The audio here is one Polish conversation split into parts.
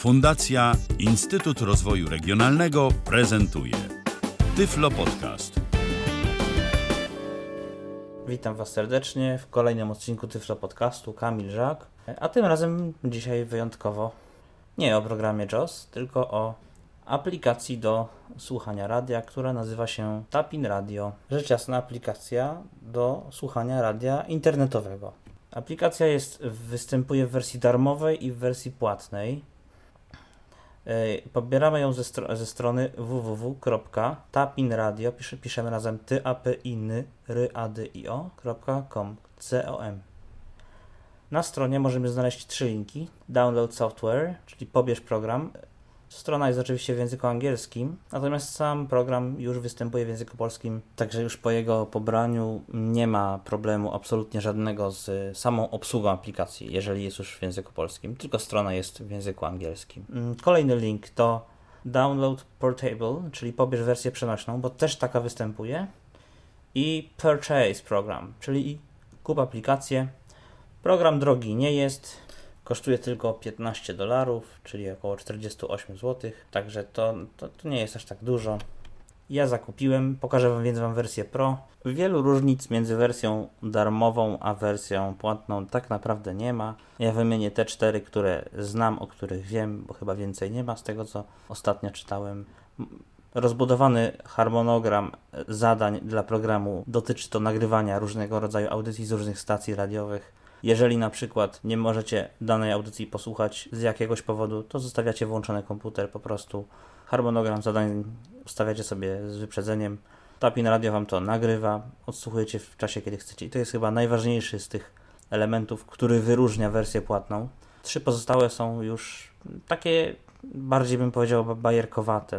Fundacja Instytut Rozwoju Regionalnego prezentuje Tyflo Podcast. Witam Was serdecznie w kolejnym odcinku Tyflo Podcastu. Kamil Żak. A tym razem dzisiaj wyjątkowo nie o programie JAWS, tylko o aplikacji do słuchania radia, która nazywa się Tapin Radio. Rzecz jasna, aplikacja do słuchania radia internetowego. Aplikacja występuje w wersji darmowej i w wersji płatnej. Pobieramy ją ze strony www.tapinradio, piszemy razem tapinradio.com. Na stronie możemy znaleźć 3 linki. Download software, czyli pobierz program. Strona jest oczywiście w języku angielskim, natomiast sam program już występuje w języku polskim, także już po jego pobraniu nie ma problemu absolutnie żadnego z samą obsługą aplikacji, jeżeli jest już w języku polskim, tylko strona jest w języku angielskim. Kolejny link to Download Portable, czyli pobierz wersję przenośną, bo też taka występuje, i Purchase Program, czyli kup aplikację. Program drogi nie jest. Kosztuje tylko $15, czyli około 48 zł, także to nie jest aż tak dużo. Ja zakupiłem, pokażę Wam wersję Pro. Wielu różnic między wersją darmową a wersją płatną tak naprawdę nie ma. Ja wymienię te 4, które znam, o których wiem, bo chyba więcej nie ma z tego, co ostatnio czytałem. Rozbudowany harmonogram zadań dla programu dotyczy to nagrywania różnego rodzaju audycji z różnych stacji radiowych. Jeżeli na przykład nie możecie danej audycji posłuchać z jakiegoś powodu, to zostawiacie włączony komputer, po prostu harmonogram zadań ustawiacie sobie z wyprzedzeniem. Tapin Radio Wam to nagrywa, odsłuchujecie w czasie, kiedy chcecie. I to jest chyba najważniejszy z tych elementów, który wyróżnia wersję płatną. 3 pozostałe są już takie, bardziej bym powiedział, bajerkowate.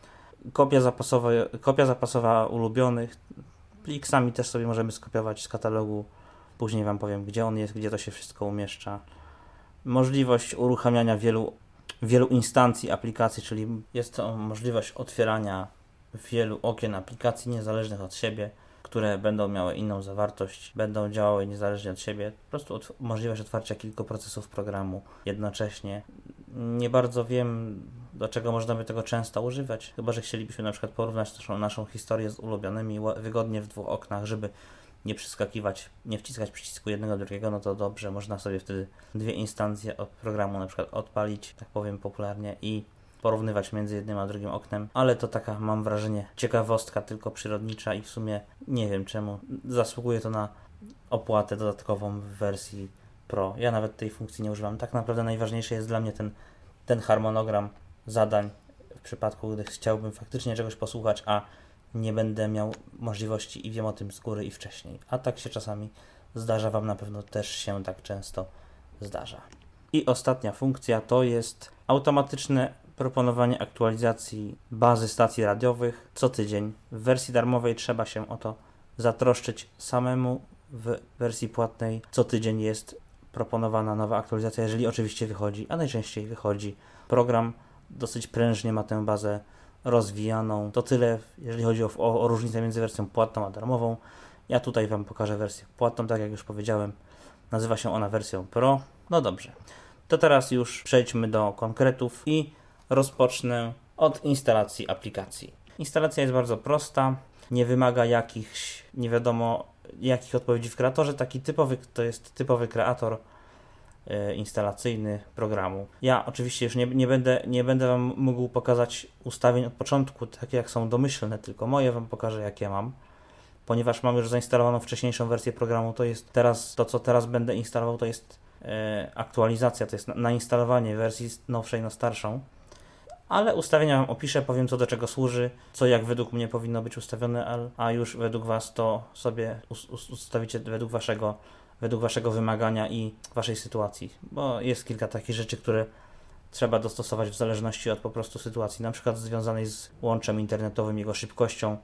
Kopia zapasowa ulubionych. Pliksami też sobie możemy skopiować z katalogu. Później Wam powiem, gdzie on jest, gdzie to się wszystko umieszcza. Możliwość uruchamiania wielu instancji aplikacji, czyli jest to możliwość otwierania wielu okien aplikacji niezależnych od siebie, które będą miały inną zawartość, będą działały niezależnie od siebie. Po prostu możliwość otwarcia kilku procesów programu jednocześnie. Nie bardzo wiem, do czego można by tego często używać, chyba że chcielibyśmy na przykład porównać naszą historię z ulubionymi wygodnie w 2 oknach, żeby nie przeskakiwać, nie wciskać przycisku jednego drugiego, no to dobrze, można sobie wtedy 2 instancje od programu na przykład odpalić, tak powiem popularnie, i porównywać między jednym a drugim oknem, ale to taka, mam wrażenie, ciekawostka tylko przyrodnicza i w sumie nie wiem czemu zasługuje to na opłatę dodatkową w wersji Pro. Ja nawet tej funkcji nie używam. Tak naprawdę najważniejszy jest dla mnie ten harmonogram zadań w przypadku, gdy chciałbym faktycznie czegoś posłuchać, a nie będę miał możliwości i wiem o tym z góry i wcześniej. A tak się czasami zdarza, Wam na pewno też się tak często zdarza. I ostatnia funkcja to jest automatyczne proponowanie aktualizacji bazy stacji radiowych co tydzień. W wersji darmowej trzeba się o to zatroszczyć samemu. W wersji płatnej co tydzień jest proponowana nowa aktualizacja, jeżeli oczywiście wychodzi, a najczęściej wychodzi. Program dosyć prężnie ma tę bazę rozwijaną. To tyle, jeżeli chodzi o różnicę między wersją płatną a darmową. Ja tutaj Wam pokażę wersję płatną, tak jak już powiedziałem. Nazywa się ona wersją Pro. No dobrze. To teraz już przejdźmy do konkretów i rozpocznę od instalacji aplikacji. Instalacja jest bardzo prosta. Nie wymaga jakichś, nie wiadomo jakich odpowiedzi w kreatorze. To jest typowy kreator instalacyjny programu. Ja oczywiście już nie będę Wam mógł pokazać ustawień od początku, takie jak są domyślne, tylko moje Wam pokażę, jakie mam. Ponieważ mam już zainstalowaną wcześniejszą wersję programu, to co teraz będę instalował, to jest aktualizacja, to jest nainstalowanie wersji nowszej na starszą. Ale ustawienia Wam opiszę, powiem co do czego służy, co jak według mnie powinno być ustawione, a już według Was to sobie ustawicie według Waszego wymagania i Waszej sytuacji, bo jest kilka takich rzeczy, które trzeba dostosować w zależności od po prostu sytuacji, na przykład związanej z łączem internetowym, jego szybkością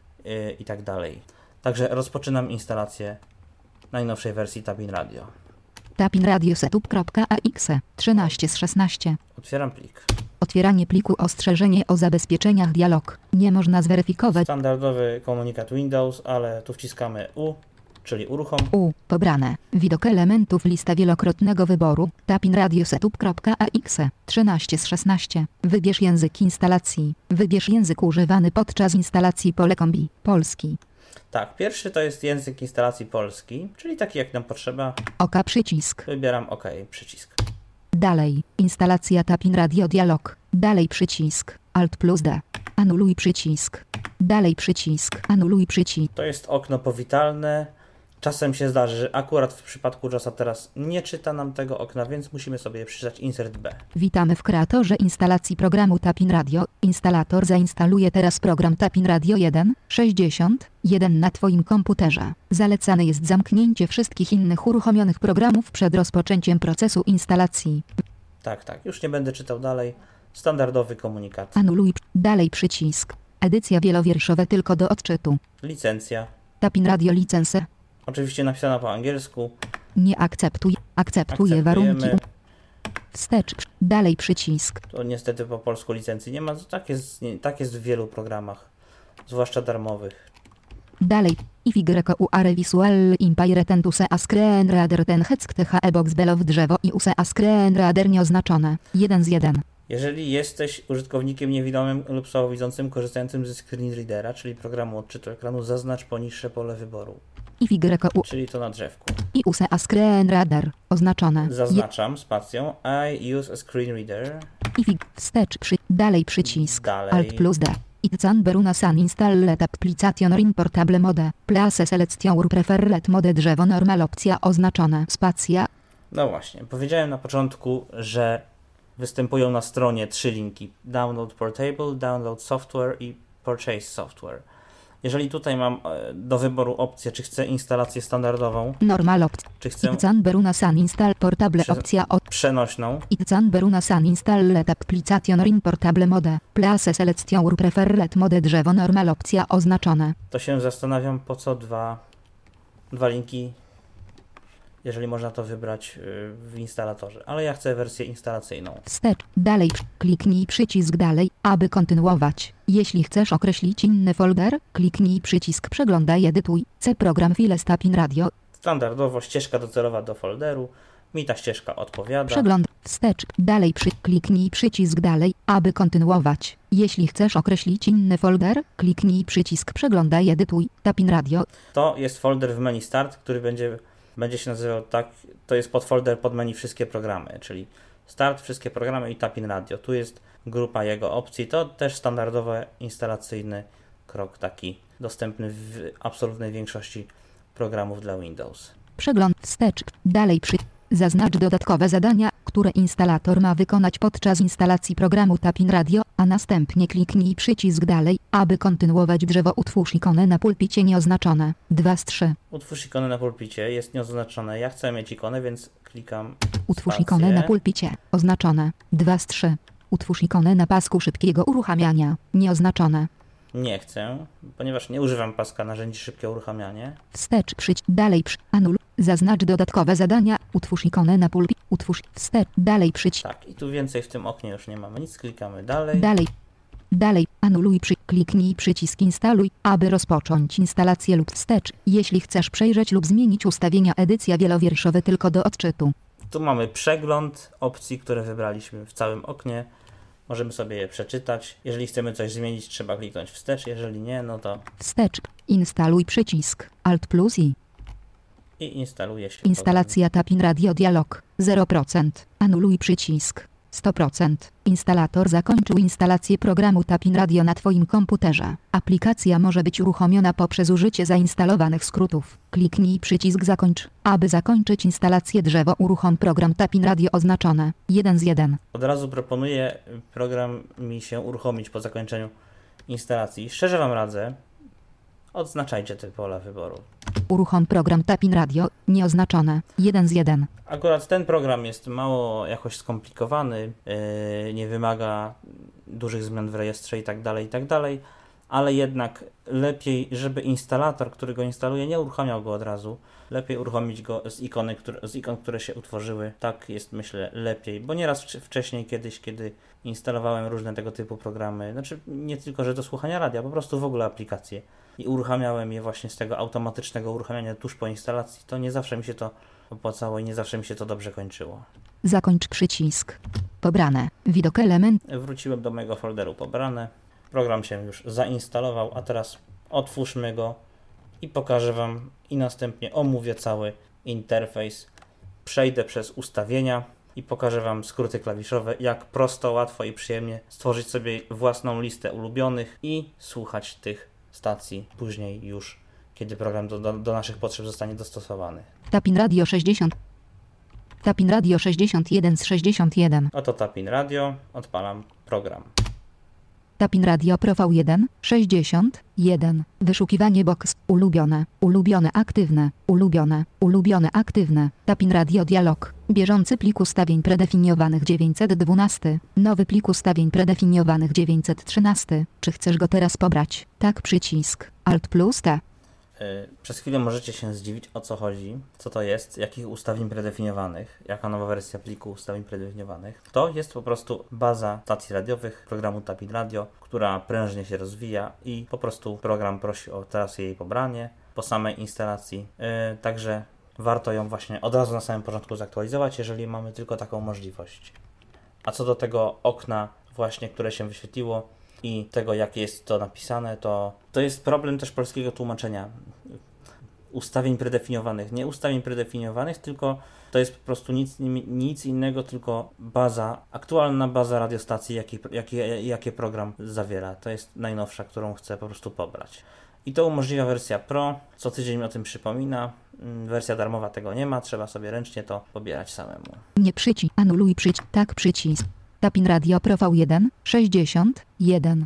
i tak dalej. Także rozpoczynam instalację najnowszej wersji Tapin Radio. Tapin Radio setup.exe 13 z 16. Otwieram plik. Otwieranie pliku, ostrzeżenie o zabezpieczeniach, dialog. Nie można zweryfikować. Standardowy komunikat Windows, ale tu wciskamy U czyli uruchom. Pobrane. Widok elementów lista wielokrotnego wyboru. Tapin radiosetup.exe 13 z 16. Wybierz język instalacji. Wybierz język używany podczas instalacji pole kombi. Polski. Tak, pierwszy to jest język instalacji polski, czyli taki jak nam potrzeba. OK przycisk. Wybieram OK przycisk. Dalej. Instalacja Tapin Radio Dialog. Dalej przycisk. Alt plus D. Anuluj przycisk. Dalej przycisk. Anuluj przycisk. To jest okno powitalne. Czasem się zdarzy, że akurat w przypadku JAWSa teraz nie czyta nam tego okna, więc musimy sobie przeczytać insert B. Witamy w kreatorze instalacji programu Tapin Radio. Instalator zainstaluje teraz program Tapin Radio 1.60.1 na Twoim komputerze. Zalecane jest zamknięcie wszystkich innych uruchomionych programów przed rozpoczęciem procesu instalacji. Tak, już nie będę czytał dalej. Standardowy komunikat. Anuluj. Dalej przycisk. Edycja wielowierszowa tylko do odczytu. Licencja. Tapin Radio license. Oczywiście napisana po angielsku. Nie akceptuj. Akceptuje warunki. Wstecz. Dalej przycisk. To niestety po polsku licencji nie ma. Tak jest w wielu programach. Zwłaszcza darmowych. Dalej. YUAR Visual Empire ten use a screen reader ten heck THE box below drzewo i use a screen reader nieoznaczone. 1 z 1. Jeżeli jesteś użytkownikiem niewidomym lub słabowidzącym korzystającym ze screen readera, czyli programu odczytu ekranu, zaznacz poniższe pole wyboru. Czyli to na drzewku. I use a screen reader. Oznaczone. Zaznaczam spacją. I use a screen reader. Wstecz. Dalej przycisk. Dalej. Alt plus D. Itzan beruna san installed application in portable mode. Place selection preferred mode drzewo normal opcja oznaczone. Spacja. No właśnie. Powiedziałem na początku, że występują na stronie 3 linki. Download Portable, Download Software i Purchase Software. Jeżeli tutaj mam do wyboru opcję, czy chcę instalację standardową, normal opcja, czy chcę Itzan beruna san install portable opcja przenośną, Itzan beruna san installed application in portable mode. Place selection preferred mode drzewo normal opcja oznaczone. to się zastanawiam, po co dwa linki, jeżeli można to wybrać w instalatorze. Ale ja chcę wersję instalacyjną. Wstecz. Dalej. Kliknij przycisk dalej, aby kontynuować. Jeśli chcesz określić inny folder, kliknij przycisk przeglądaj edytuj. C program Files Tapin Radio. Standardowo ścieżka docelowa do folderu. Mi ta ścieżka odpowiada. Przegląd. Wstecz. Dalej. Kliknij przycisk dalej, aby kontynuować. Jeśli chcesz określić inny folder, kliknij przycisk przeglądaj edytuj. Tapin Radio. To jest folder w menu Start, który będzie się nazywał tak. To jest podfolder pod menu wszystkie programy, czyli Start, wszystkie programy i Tapin Radio. Tu jest grupa jego opcji. To też standardowy instalacyjny krok, taki dostępny w absolutnej większości programów dla Windows. Przegląd. Wstecz. Dalej. Zaznacz dodatkowe zadania, które instalator ma wykonać podczas instalacji programu Tapin Radio, a następnie kliknij przycisk dalej, aby kontynuować drzewo. Utwórz ikonę na pulpicie nieoznaczone. 2 z 3. Utwórz ikonę na pulpicie, jest nieoznaczone. Ja chcę mieć ikonę, więc klikam Utwórz spację. ikonę na pulpicie. Oznaczone. 2 z 3. Utwórz ikonę na pasku szybkiego uruchamiania. Nieoznaczone. Nie chcę, ponieważ nie używam paska narzędzi szybkie uruchamianie. Wstecz. Dalej. Anul. Zaznacz dodatkowe zadania. Utwórz ikonę na pulpicie. Utwórz. Wstecz. Dalej. Tak, i tu więcej w tym oknie już nie mamy nic. Klikamy dalej. Dalej. Anuluj. Kliknij przycisk instaluj, aby rozpocząć instalację lub wstecz. Jeśli chcesz przejrzeć lub zmienić ustawienia edycja wielowierszowa tylko do odczytu. Tu mamy przegląd opcji, które wybraliśmy w całym oknie. Możemy sobie je przeczytać. Jeżeli chcemy coś zmienić, trzeba kliknąć wstecz. Jeżeli nie, no to Wstecz. Instaluj przycisk. Alt plus I. i instaluje się. Instalacja Tapin Radio Dialog. 0%. Anuluj przycisk. 100%. Instalator zakończył instalację programu Tapin Radio na Twoim komputerze. Aplikacja może być uruchomiona poprzez użycie zainstalowanych skrótów. Kliknij przycisk zakończ. Aby zakończyć instalację drzewo uruchom program Tapin Radio oznaczone. 1 z 1. Od razu proponuję program mi się uruchomić po zakończeniu instalacji. Szczerze Wam radzę, odznaczajcie te pola wyboru. Uruchom program Tapin Radio. Nieoznaczone. 1 z 1. Akurat ten program jest mało jakoś skomplikowany, nie wymaga dużych zmian w rejestrze i tak dalej, ale jednak lepiej, żeby instalator, który go instaluje, nie uruchamiał go od razu. Lepiej uruchomić go z ikon, które się utworzyły. Tak jest, myślę, lepiej, bo nieraz wcześniej kiedyś, kiedy instalowałem różne tego typu programy, znaczy nie tylko, że do słuchania radia, po prostu w ogóle aplikacje i uruchamiałem je właśnie z tego automatycznego uruchamiania tuż po instalacji, to nie zawsze mi się to opłacało i nie zawsze mi się to dobrze kończyło. Zakończ przycisk. Pobrane. Widok element. Wróciłem do mojego folderu pobrane. Program się już zainstalował, a teraz otwórzmy go i pokażę Wam i następnie omówię cały interfejs. Przejdę przez ustawienia i pokażę Wam skróty klawiszowe, jak prosto, łatwo i przyjemnie stworzyć sobie własną listę ulubionych i słuchać tych stacji później już, kiedy program do naszych potrzeb zostanie dostosowany. Tapin Radio 60. Tapin Radio 61 z 61. Oto Tapin Radio, odpalam program. Tapin Radio Profil 1, 61. Wyszukiwanie box. Ulubione. Ulubione aktywne. Ulubione. Ulubione aktywne. Tapin Radio Dialog. Bieżący plik ustawień predefiniowanych 912. Nowy plik ustawień predefiniowanych 913. Czy chcesz go teraz pobrać? Tak, przycisk. Alt plus T. Przez chwilę możecie się zdziwić, o co chodzi, co to jest, jakich ustawień predefiniowanych, jaka nowa wersja pliku ustawień predefiniowanych. To jest po prostu baza stacji radiowych programu Tapin Radio, która prężnie się rozwija i po prostu program prosi o teraz jej pobranie po samej instalacji. Także warto ją właśnie od razu na samym początku zaktualizować, jeżeli mamy tylko taką możliwość. A co do tego okna właśnie, które się wyświetliło, i tego, jak jest to napisane, to jest problem też polskiego tłumaczenia ustawień predefiniowanych. Nie ustawień predefiniowanych, tylko to jest po prostu nic innego, tylko aktualna baza radiostacji, jakie program zawiera. To jest najnowsza, którą chcę po prostu pobrać. I to umożliwia wersja Pro, co tydzień mi o tym przypomina. Wersja darmowa tego nie ma, trzeba sobie ręcznie to pobierać samemu. Nie przycisk. Anuluj przycisk. Tak, przycisk. Tapin Radio Profil 1, 61,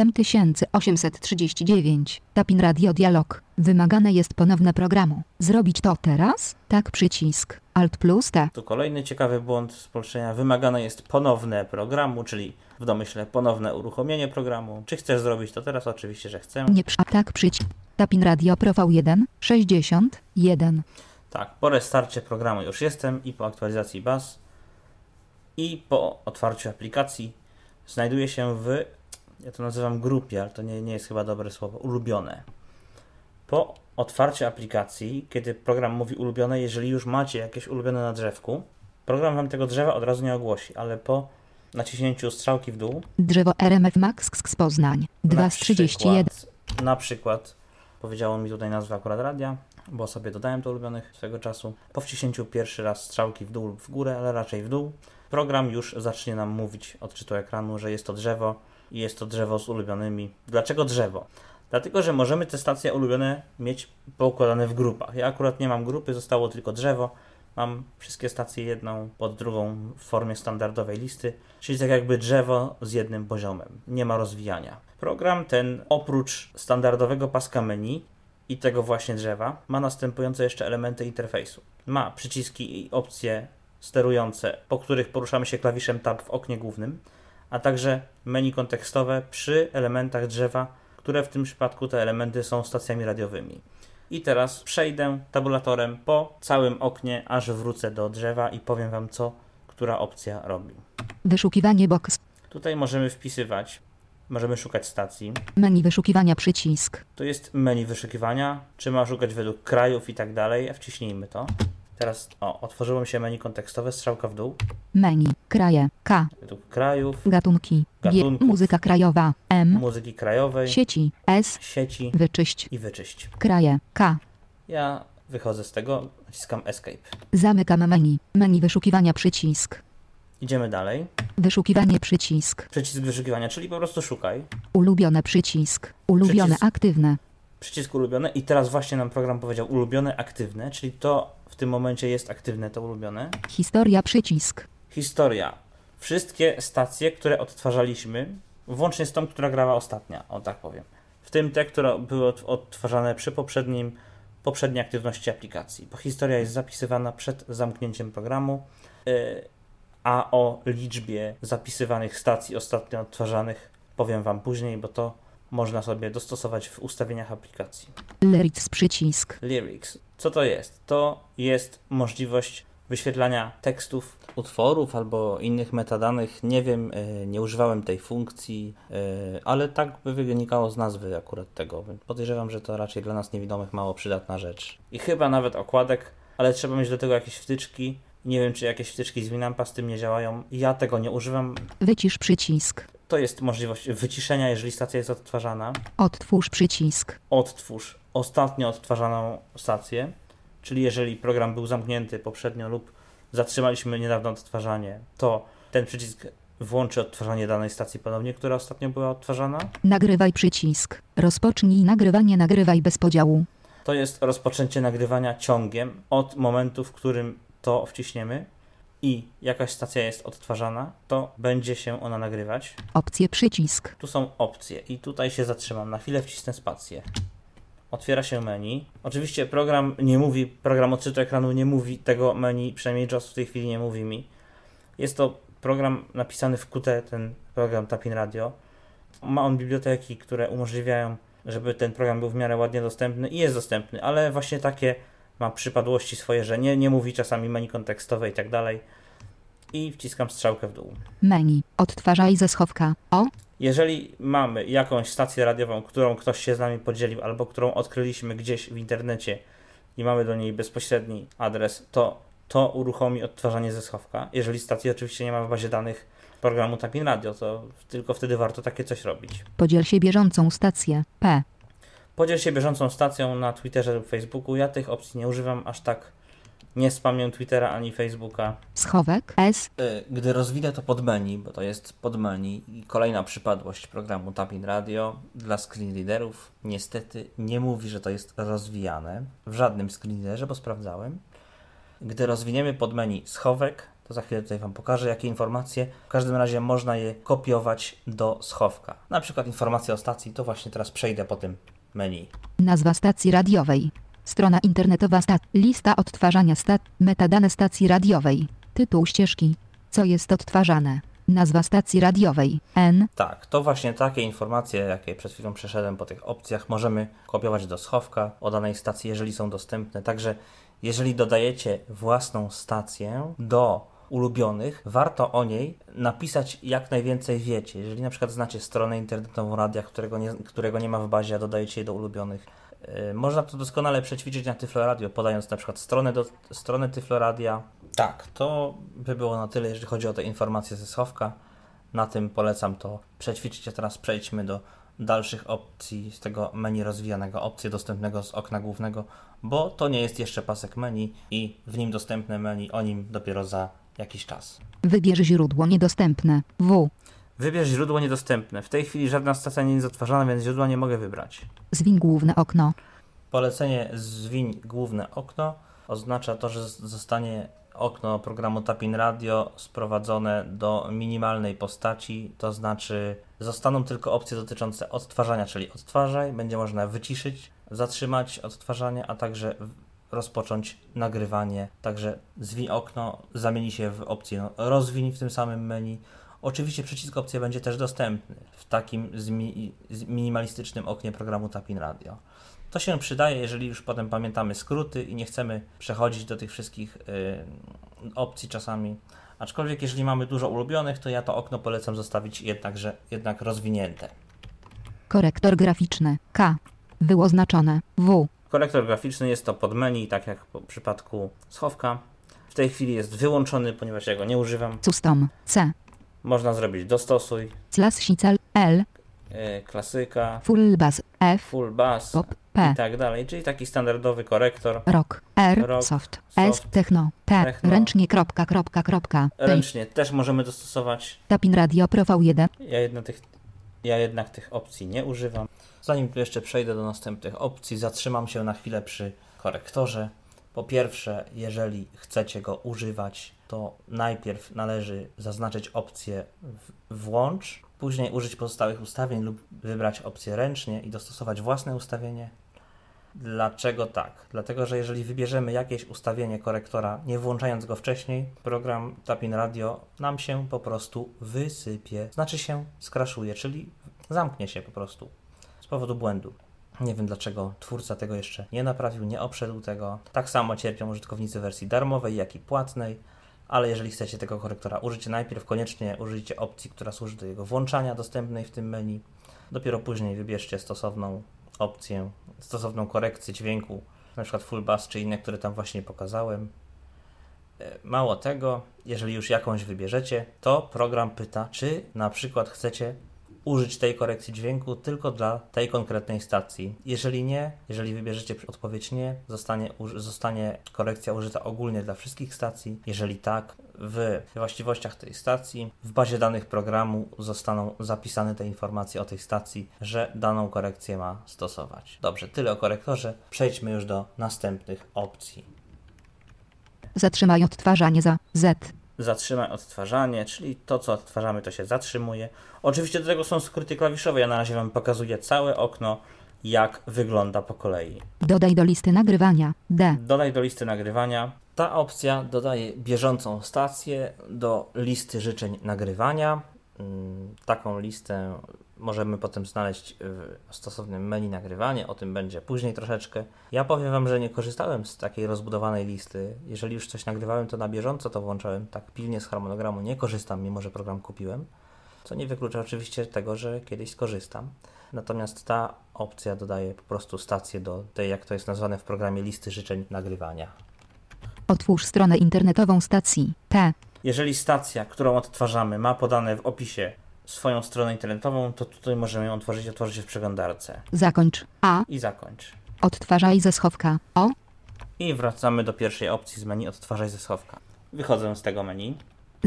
7839. Tapin Radio Dialog. Wymagane jest ponowne programu. Zrobić to teraz? Tak, przycisk. Alt plus T. Tu kolejny ciekawy błąd z polszczenia. Wymagane jest ponowne programu, czyli w domyśle ponowne uruchomienie programu. Czy chcesz zrobić to teraz? Oczywiście, że chcę. Nie tak, przycisk. Tapin Radio Profil 1, 61. Tak, po restarcie programu już jestem i po aktualizacji baz. I po otwarciu aplikacji znajduje się ja to nazywam grupie, ale to nie jest chyba dobre słowo, ulubione. Po otwarciu aplikacji, kiedy program mówi ulubione, jeżeli już macie jakieś ulubione na drzewku, program Wam tego drzewa od razu nie ogłosi, ale po naciśnięciu strzałki w dół, drzewo RMF Max z Poznań, 2 z 31. Na przykład powiedziało mi tutaj nazwę akurat radia, bo sobie dodałem to ulubionych swego czasu. Po wciśnięciu pierwszy raz strzałki w dół lub w górę, ale raczej w dół, program już zacznie nam mówić odczytu ekranu, że jest to drzewo i jest to drzewo z ulubionymi. Dlaczego drzewo? Dlatego, że możemy te stacje ulubione mieć poukładane w grupach. Ja akurat nie mam grupy, zostało tylko drzewo. Mam wszystkie stacje jedną pod drugą w formie standardowej listy, czyli tak jakby drzewo z jednym poziomem. Nie ma rozwijania. Program ten oprócz standardowego paska menu i tego właśnie drzewa ma następujące jeszcze elementy interfejsu. Ma przyciski i opcje sterujące, po których poruszamy się klawiszem Tab w oknie głównym, a także menu kontekstowe przy elementach drzewa, które w tym przypadku te elementy są stacjami radiowymi. I teraz przejdę tabulatorem po całym oknie, aż wrócę do drzewa i powiem Wam, co która opcja robi. Wyszukiwanie box. Tutaj możemy szukać stacji. Menu wyszukiwania przycisk. Tu jest menu wyszukiwania, czy ma szukać według krajów i tak dalej. Wciśnijmy to. Teraz otworzyło mi się menu kontekstowe, strzałka w dół. Menu, kraje, K. Według krajów, Gatunki, gatunków, muzyka krajowa, M. muzyki krajowej, Sieci, S. sieci Wyczyść, i wyczyść. kraje, K. Ja wychodzę z tego, naciskam Escape. Zamykam menu. Menu wyszukiwania przycisk. Idziemy dalej. Wyszukiwanie przycisk. Przycisk wyszukiwania, czyli po prostu szukaj. Ulubione przycisk. Ulubione Przycisk. aktywne. Przycisk ulubione i teraz właśnie nam program powiedział ulubione aktywne, czyli to w tym momencie jest aktywne, to ulubione. Historia przycisk. Historia. Wszystkie stacje, które odtwarzaliśmy, włącznie z tą, która grała ostatnia, o tak powiem. W tym te, które były odtwarzane przy poprzedniej aktywności aplikacji, bo historia jest zapisywana przed zamknięciem programu, a o liczbie zapisywanych stacji ostatnio odtwarzanych powiem Wam później, bo to można sobie dostosować w ustawieniach aplikacji. Lyrics przycisk. Lyrics. Co to jest? To jest możliwość wyświetlania tekstów, utworów albo innych metadanych. Nie wiem, nie używałem tej funkcji, ale tak by wynikało z nazwy akurat tego. Podejrzewam, że to raczej dla nas niewidomych mało przydatna rzecz. I chyba nawet okładek, ale trzeba mieć do tego jakieś wtyczki. Nie wiem, czy jakieś wtyczki z Winampa z tym nie działają. Ja tego nie używam. Wycisz przycisk. To jest możliwość wyciszenia, jeżeli stacja jest odtwarzana. Odtwórz przycisk. Odtwórz ostatnio odtwarzaną stację, czyli jeżeli program był zamknięty poprzednio lub zatrzymaliśmy niedawno odtwarzanie, to ten przycisk włączy odtwarzanie danej stacji ponownie, która ostatnio była odtwarzana. Nagrywaj przycisk. Rozpocznij nagrywanie, nagrywaj bez podziału. To jest rozpoczęcie nagrywania ciągiem od momentu, w którym to wciśniemy i jakaś stacja jest odtwarzana, to będzie się ona nagrywać. Opcje przycisk. Tu są opcje i tutaj się zatrzymam. Na chwilę wcisnę spację. Otwiera się menu. Oczywiście program odczytu ekranu nie mówi tego menu, przynajmniej JAWS w tej chwili nie mówi mi. Jest to program napisany w Qt, ten program Tapin Radio. Ma on biblioteki, które umożliwiają, żeby ten program był w miarę ładnie dostępny i jest dostępny, ale właśnie takie ma przypadłości swoje, że nie mówi czasami menu kontekstowe i tak dalej. I wciskam strzałkę w dół. Menu. Odtwarzaj ze schowka. O. Jeżeli mamy jakąś stację radiową, którą ktoś się z nami podzielił, albo którą odkryliśmy gdzieś w internecie i mamy do niej bezpośredni adres, to uruchomi odtwarzanie ze schowka. Jeżeli stacji oczywiście nie ma w bazie danych programu Tapin Radio, to tylko wtedy warto takie coś robić. Podziel się bieżącą stację. P. Podziel się bieżącą stacją na Twitterze lub Facebooku. Ja tych opcji nie używam, aż tak nie spamię Twittera ani Facebooka. Schowek. S. Gdy rozwinę to podmenu, bo to jest podmenu i kolejna przypadłość programu Tapin Radio dla screenreaderów, niestety nie mówi, że to jest rozwijane w żadnym screenreaderze, bo sprawdzałem. Gdy rozwiniemy podmenu schowek, to za chwilę tutaj Wam pokażę, jakie informacje. W każdym razie można je kopiować do schowka. Na przykład informacje o stacji, to właśnie teraz przejdę po tym menu. Nazwa stacji radiowej. Strona internetowa lista odtwarzania metadane stacji radiowej. Tytuł ścieżki. Co jest odtwarzane? Nazwa stacji radiowej. N. Tak, to właśnie takie informacje, jakie przed chwilą przeszedłem po tych opcjach, możemy kopiować do schowka o danej stacji, jeżeli są dostępne. Także jeżeli dodajecie własną stację do ulubionych, warto o niej napisać jak najwięcej wiecie. Jeżeli na przykład znacie stronę internetową radia, którego nie ma w bazie, a dodajecie je do ulubionych, można to doskonale przećwiczyć na Tyflo Radio, podając na przykład stronę Tyflo Radia. Tak, to by było na tyle, jeżeli chodzi o te informacje ze schowka. Na tym polecam to przećwiczyć, a teraz przejdźmy do dalszych opcji z tego menu rozwijanego, opcji dostępnego z okna głównego, bo to nie jest jeszcze pasek menu i w nim dostępne menu, o nim dopiero za jakiś czas. Wybierz źródło niedostępne. W. Wybierz źródło niedostępne. W tej chwili żadna stacja nie jest odtwarzana, więc źródła nie mogę wybrać. Zwiń główne okno. Polecenie zwiń główne okno oznacza to, że zostanie okno programu Tapin Radio sprowadzone do minimalnej postaci, to znaczy zostaną tylko opcje dotyczące odtwarzania, czyli odtwarzaj, będzie można wyciszyć, zatrzymać odtwarzanie, a także rozpocząć nagrywanie. Także zwiń okno zamieni się w opcję rozwiń w tym samym menu. Oczywiście przycisk opcja będzie też dostępny w takim minimalistycznym oknie programu Tapin Radio. To się przydaje, jeżeli już potem pamiętamy skróty i nie chcemy przechodzić do tych wszystkich opcji czasami. Aczkolwiek jeżeli mamy dużo ulubionych, to ja to okno polecam zostawić jednak rozwinięte. Korektor graficzny. K. Wyłoznaczone. W. Korektor graficzny jest to podmenu, tak jak w przypadku schowka. W tej chwili jest wyłączony, ponieważ ja go nie używam. Custom. C. Można zrobić dostosuj, Clasicel. L. klasyka, Full bass. F. full bass Pop. P. i tak dalej, czyli taki standardowy korektor. Rock. R. Rock, Soft. S. soft, Techno. T. techno. Ręcznie. T. Ręcznie też możemy dostosować. Tapin Radio Pro V1. Ja jednak tych opcji nie używam. Zanim tu jeszcze przejdę do następnych opcji, zatrzymam się na chwilę przy korektorze. Po pierwsze, jeżeli chcecie go używać, to najpierw należy zaznaczyć opcję włącz, później użyć pozostałych ustawień lub wybrać opcję ręcznie i dostosować własne ustawienie. Dlaczego tak? Dlatego, że jeżeli wybierzemy jakieś ustawienie korektora, nie włączając go wcześniej, program Tapin Radio nam się po prostu wysypie. Znaczy się skraszuje, czyli zamknie się po prostu. z powodu błędu. Nie wiem dlaczego twórca tego jeszcze nie naprawił, nie obszedł tego. Tak samo cierpią użytkownicy wersji darmowej, jak i płatnej, ale jeżeli chcecie tego korektora użyć, najpierw koniecznie użyjcie opcji, która służy do jego włączania, dostępnej w tym menu. Dopiero później wybierzcie stosowną opcję, stosowną korekcję dźwięku, na przykład full bass czy inne, które tam właśnie pokazałem. Mało tego, jeżeli już jakąś wybierzecie, to program pyta, czy na przykład chcecie użyć tej korekcji dźwięku tylko dla tej konkretnej stacji. Jeżeli nie, jeżeli wybierzecie odpowiedź nie, zostanie korekcja użyta ogólnie dla wszystkich stacji. Jeżeli tak, w właściwościach tej stacji, w bazie danych programu zostaną zapisane te informacje o tej stacji, że daną korekcję ma stosować. Dobrze, tyle o korektorze. Przejdźmy już do następnych opcji. Zatrzymaj odtwarzanie za Z. Zatrzymaj odtwarzanie, czyli to, co odtwarzamy, to się zatrzymuje. Oczywiście do tego są skróty klawiszowe. Ja na razie Wam pokazuję całe okno, jak wygląda po kolei. Dodaj do listy nagrywania D. Dodaj do listy nagrywania. Ta opcja dodaje bieżącą stację do listy życzeń nagrywania. Taką listę możemy potem znaleźć w stosownym menu nagrywanie, o tym będzie później troszeczkę. Ja powiem Wam, że nie korzystałem z takiej rozbudowanej listy. Jeżeli już coś nagrywałem, to na bieżąco to włączałem, tak pilnie z harmonogramu nie korzystam, mimo że program kupiłem, co nie wyklucza oczywiście tego, że kiedyś skorzystam. Natomiast ta opcja dodaje po prostu stację do tej, jak to jest nazwane w programie, listy życzeń nagrywania. Otwórz stronę internetową stacji T. Jeżeli stacja, którą odtwarzamy, ma podane w opisie swoją stronę internetową, to tutaj możemy ją otworzyć w przeglądarce. Zakończ A. I zakończ. Odtwarzaj ze schowka O. I wracamy do pierwszej opcji z menu odtwarzaj ze schowka. Wychodzę z tego menu.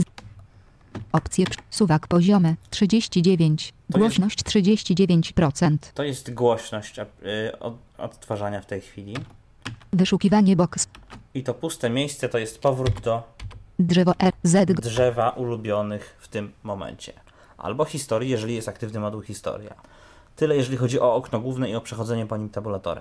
Opcje suwak poziomy 39. Głośność 39%. To jest głośność odtwarzania w tej chwili. Wyszukiwanie box. I to puste miejsce to jest powrót do Drzewo RZ. drzewa ulubionych w tym momencie. Albo historii, jeżeli jest aktywny moduł historia. Tyle jeżeli chodzi o okno główne i o przechodzenie po nim tabulatorem.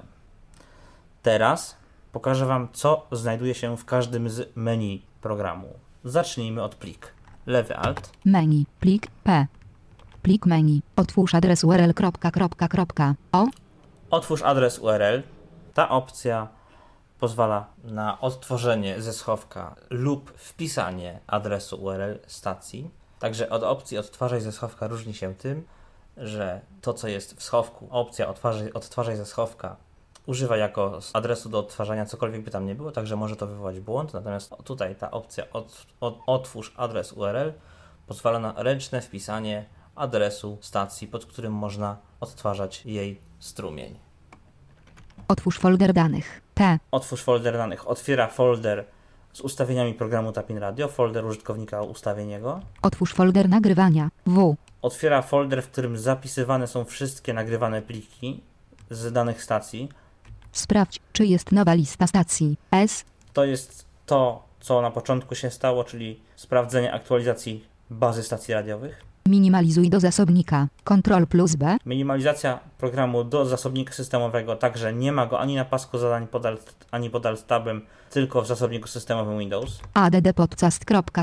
Teraz pokażę Wam, co znajduje się w każdym z menu programu. Zacznijmy od plik. Lewy alt. Menu. Plik P. Plik menu. Otwórz adres URL. O. Otwórz adres URL. Ta opcja pozwala na odtworzenie ze schowka lub wpisanie adresu URL stacji. Także od opcji odtwarzaj ze schowka różni się tym, że to, co jest w schowku, opcja odtwarzaj ze schowka używa jako adresu do odtwarzania cokolwiek by tam nie było, także może to wywołać błąd. Natomiast tutaj ta opcja otwórz adres URL pozwala na ręczne wpisanie adresu stacji, pod którym można odtwarzać jej strumień. Otwórz folder danych T. Otwórz folder danych. Otwiera folder z ustawieniami programu Tapin Radio, folder użytkownika ustawieniego. Otwórz folder nagrywania W. Otwiera folder, w którym zapisywane są wszystkie nagrywane pliki z danych stacji. Sprawdź, czy jest nowa lista stacji S. To jest to, co na początku się stało, czyli sprawdzenie aktualizacji bazy stacji radiowych. Minimalizuj do zasobnika Ctrl+B. Minimalizacja programu do zasobnika systemowego, także nie ma go ani na pasku zadań ani pod Alt-Tabem, tylko w zasobniku systemowym Windows. add podcast.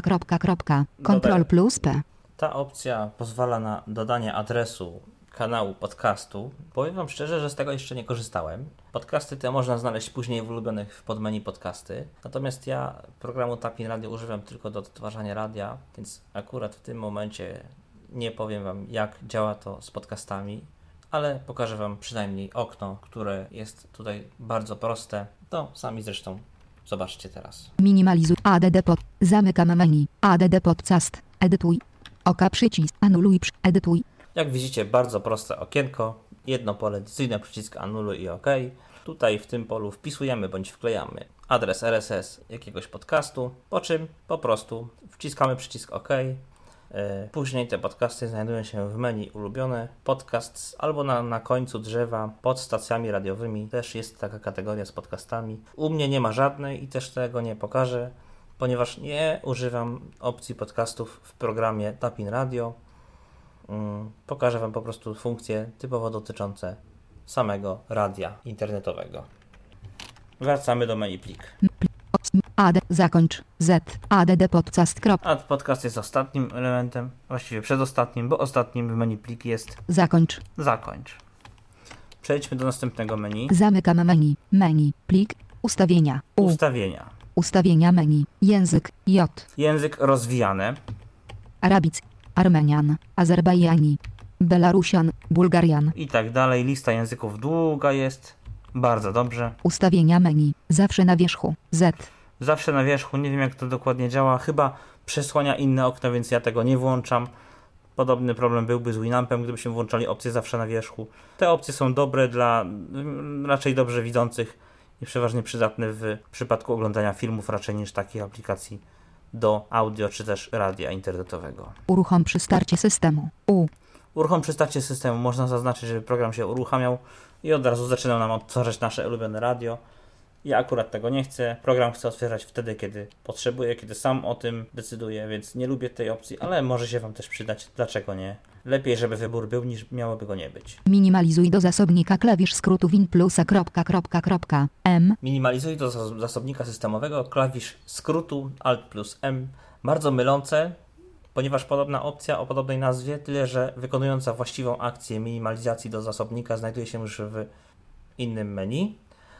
Ctrl+P. Ta opcja pozwala na dodanie adresu kanału podcastu. Powiem Wam szczerze, że z tego jeszcze nie korzystałem. Podcasty te można znaleźć później w ulubionych w podmenu podcasty. Natomiast ja programu Tapin Radio używam tylko do odtwarzania radia, więc akurat w tym momencie nie powiem Wam, jak działa to z podcastami, ale pokażę Wam przynajmniej okno, które jest tutaj bardzo proste. To sami zresztą zobaczcie teraz. Minimalizuj add. Zamykam menu. Add podcast. Edytuj. OK przycisk. Anuluj. Edytuj. Jak widzicie, bardzo proste okienko. Jedno pole, decyzyjny przycisk anuluj i OK. Tutaj w tym polu wpisujemy bądź wklejamy adres RSS jakiegoś podcastu, po czym po prostu wciskamy przycisk OK. Później te podcasty znajdują się w menu ulubione podcast albo na końcu drzewa pod stacjami radiowymi. Też jest taka kategoria z podcastami. U mnie nie ma żadnej i też tego nie pokażę, ponieważ nie używam opcji podcastów w programie Tapin Radio. Pokażę Wam po prostu funkcje typowo dotyczące samego radia internetowego. Wracamy do menu plik. Add. Zakończ. Z. Add podcast. A podcast jest ostatnim elementem, właściwie przedostatnim, bo ostatnim w menu plik jest Zakończ. zakończ. Przejdźmy do następnego menu. Zamykam menu. Menu. Plik. Ustawienia. Ustawienia. Ustawienia menu. Język. J. Język rozwijany. Arabic. Armenian. Azerbejdżani. Belarusian. Bułgarian. I tak dalej. Lista języków długa jest. Bardzo dobrze. Ustawienia menu. Zawsze na wierzchu. Z. Zawsze na wierzchu. Nie wiem, jak to dokładnie działa. Chyba przesłania inne okno, więc ja tego nie włączam. Podobny problem byłby z Winampem, gdybyśmy włączali opcję zawsze na wierzchu. Te opcje są dobre dla raczej dobrze widzących i przeważnie przydatne w przypadku oglądania filmów raczej niż takich aplikacji do audio czy też radia internetowego. Uruchom przy starcie systemu. Uruchom przy starcie systemu. Można zaznaczyć, żeby program się uruchamiał i od razu zaczynał nam odtwarzać nasze ulubione radio. Ja akurat tego nie chcę. Program chce otwierać wtedy, kiedy potrzebuje, kiedy sam o tym decyduje, więc nie lubię tej opcji, ale może się Wam też przydać. Dlaczego nie? Lepiej, żeby wybór był, niż miałoby go nie być. Minimalizuj do zasobnika klawisz skrótu Win plusa M. Minimalizuj do zasobnika systemowego klawisz skrótu Alt plus M. Bardzo mylące, ponieważ podobna opcja o podobnej nazwie, tyle że wykonująca właściwą akcję minimalizacji do zasobnika znajduje się już w innym menu.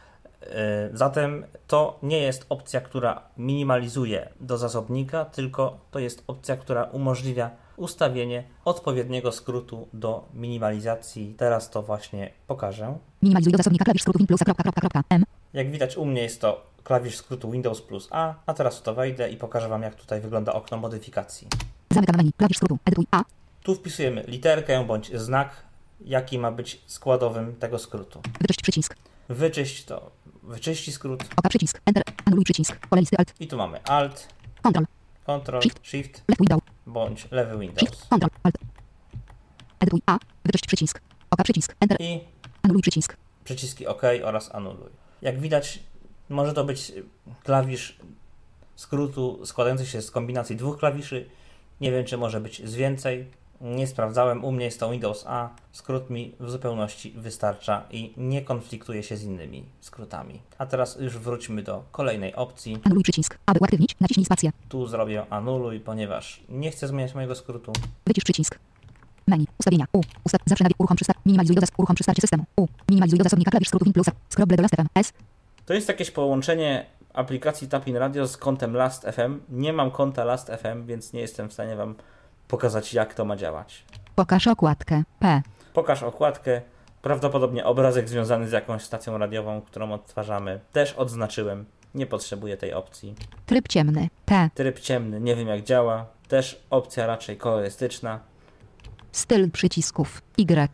Zatem to nie jest opcja, która minimalizuje do zasobnika, tylko to jest opcja, która umożliwia ustawienie odpowiedniego skrótu do minimalizacji. Teraz to właśnie pokażę. Minimalizuj do zasobnika klawisz skrótu Win plusa M. Jak widać u mnie jest to klawisz skrótu Windows plus A teraz w to wejdę i pokażę Wam, jak tutaj wygląda okno modyfikacji. Zamykam menu. Klawisz skrótu Edytuj A. Tu wpisujemy literkę bądź znak, jaki ma być składowym tego skrótu. Wyczyść przycisk. Wyczyść to wyczyści skrót. OK przycisk. Enter. Anuluj przycisk. Pole listy Alt. I tu mamy Alt, Ctrl. Shift Left window. bądź lewy Windows. Shift. Ctrl. Alt. Edytuj A. Wyczyść przycisk. OK przycisk. Enter. I Anuluj przycisk. przyciski OK oraz anuluj. Jak widać, może to być klawisz skrótu składający się z kombinacji dwóch klawiszy. Nie wiem, czy może być z więcej. Nie sprawdzałem. U mnie jest to Windows A. Skrót mi w zupełności wystarcza i nie konfliktuje się z innymi skrótami. A teraz już wróćmy do kolejnej opcji. Anuluj przycisk. Aby uaktywnić, naciśnij spację. Tu zrobię anuluj, ponieważ nie chcę zmieniać mojego skrótu. Wycisz przycisk. Menu. Ustawienia. Zawsze na uruchom przy Minimalizuj do uruchom przy starcie systemu. Minimalizuj do zasobnika klawisz skrótu Win plusa. Scroll do Last FM. S. To jest jakieś połączenie aplikacji Tapin Radio z kontem Last FM. Nie mam konta Last FM, więc nie jestem w stanie Wam pokazać, jak to ma działać. Pokaż okładkę. P. Pokaż okładkę. Prawdopodobnie obrazek związany z jakąś stacją radiową, którą odtwarzamy. Też odznaczyłem. Nie potrzebuję tej opcji. Tryb ciemny. T. Tryb ciemny. Nie wiem, jak działa. Też opcja raczej kolorystyczna. Styl przycisków. Y.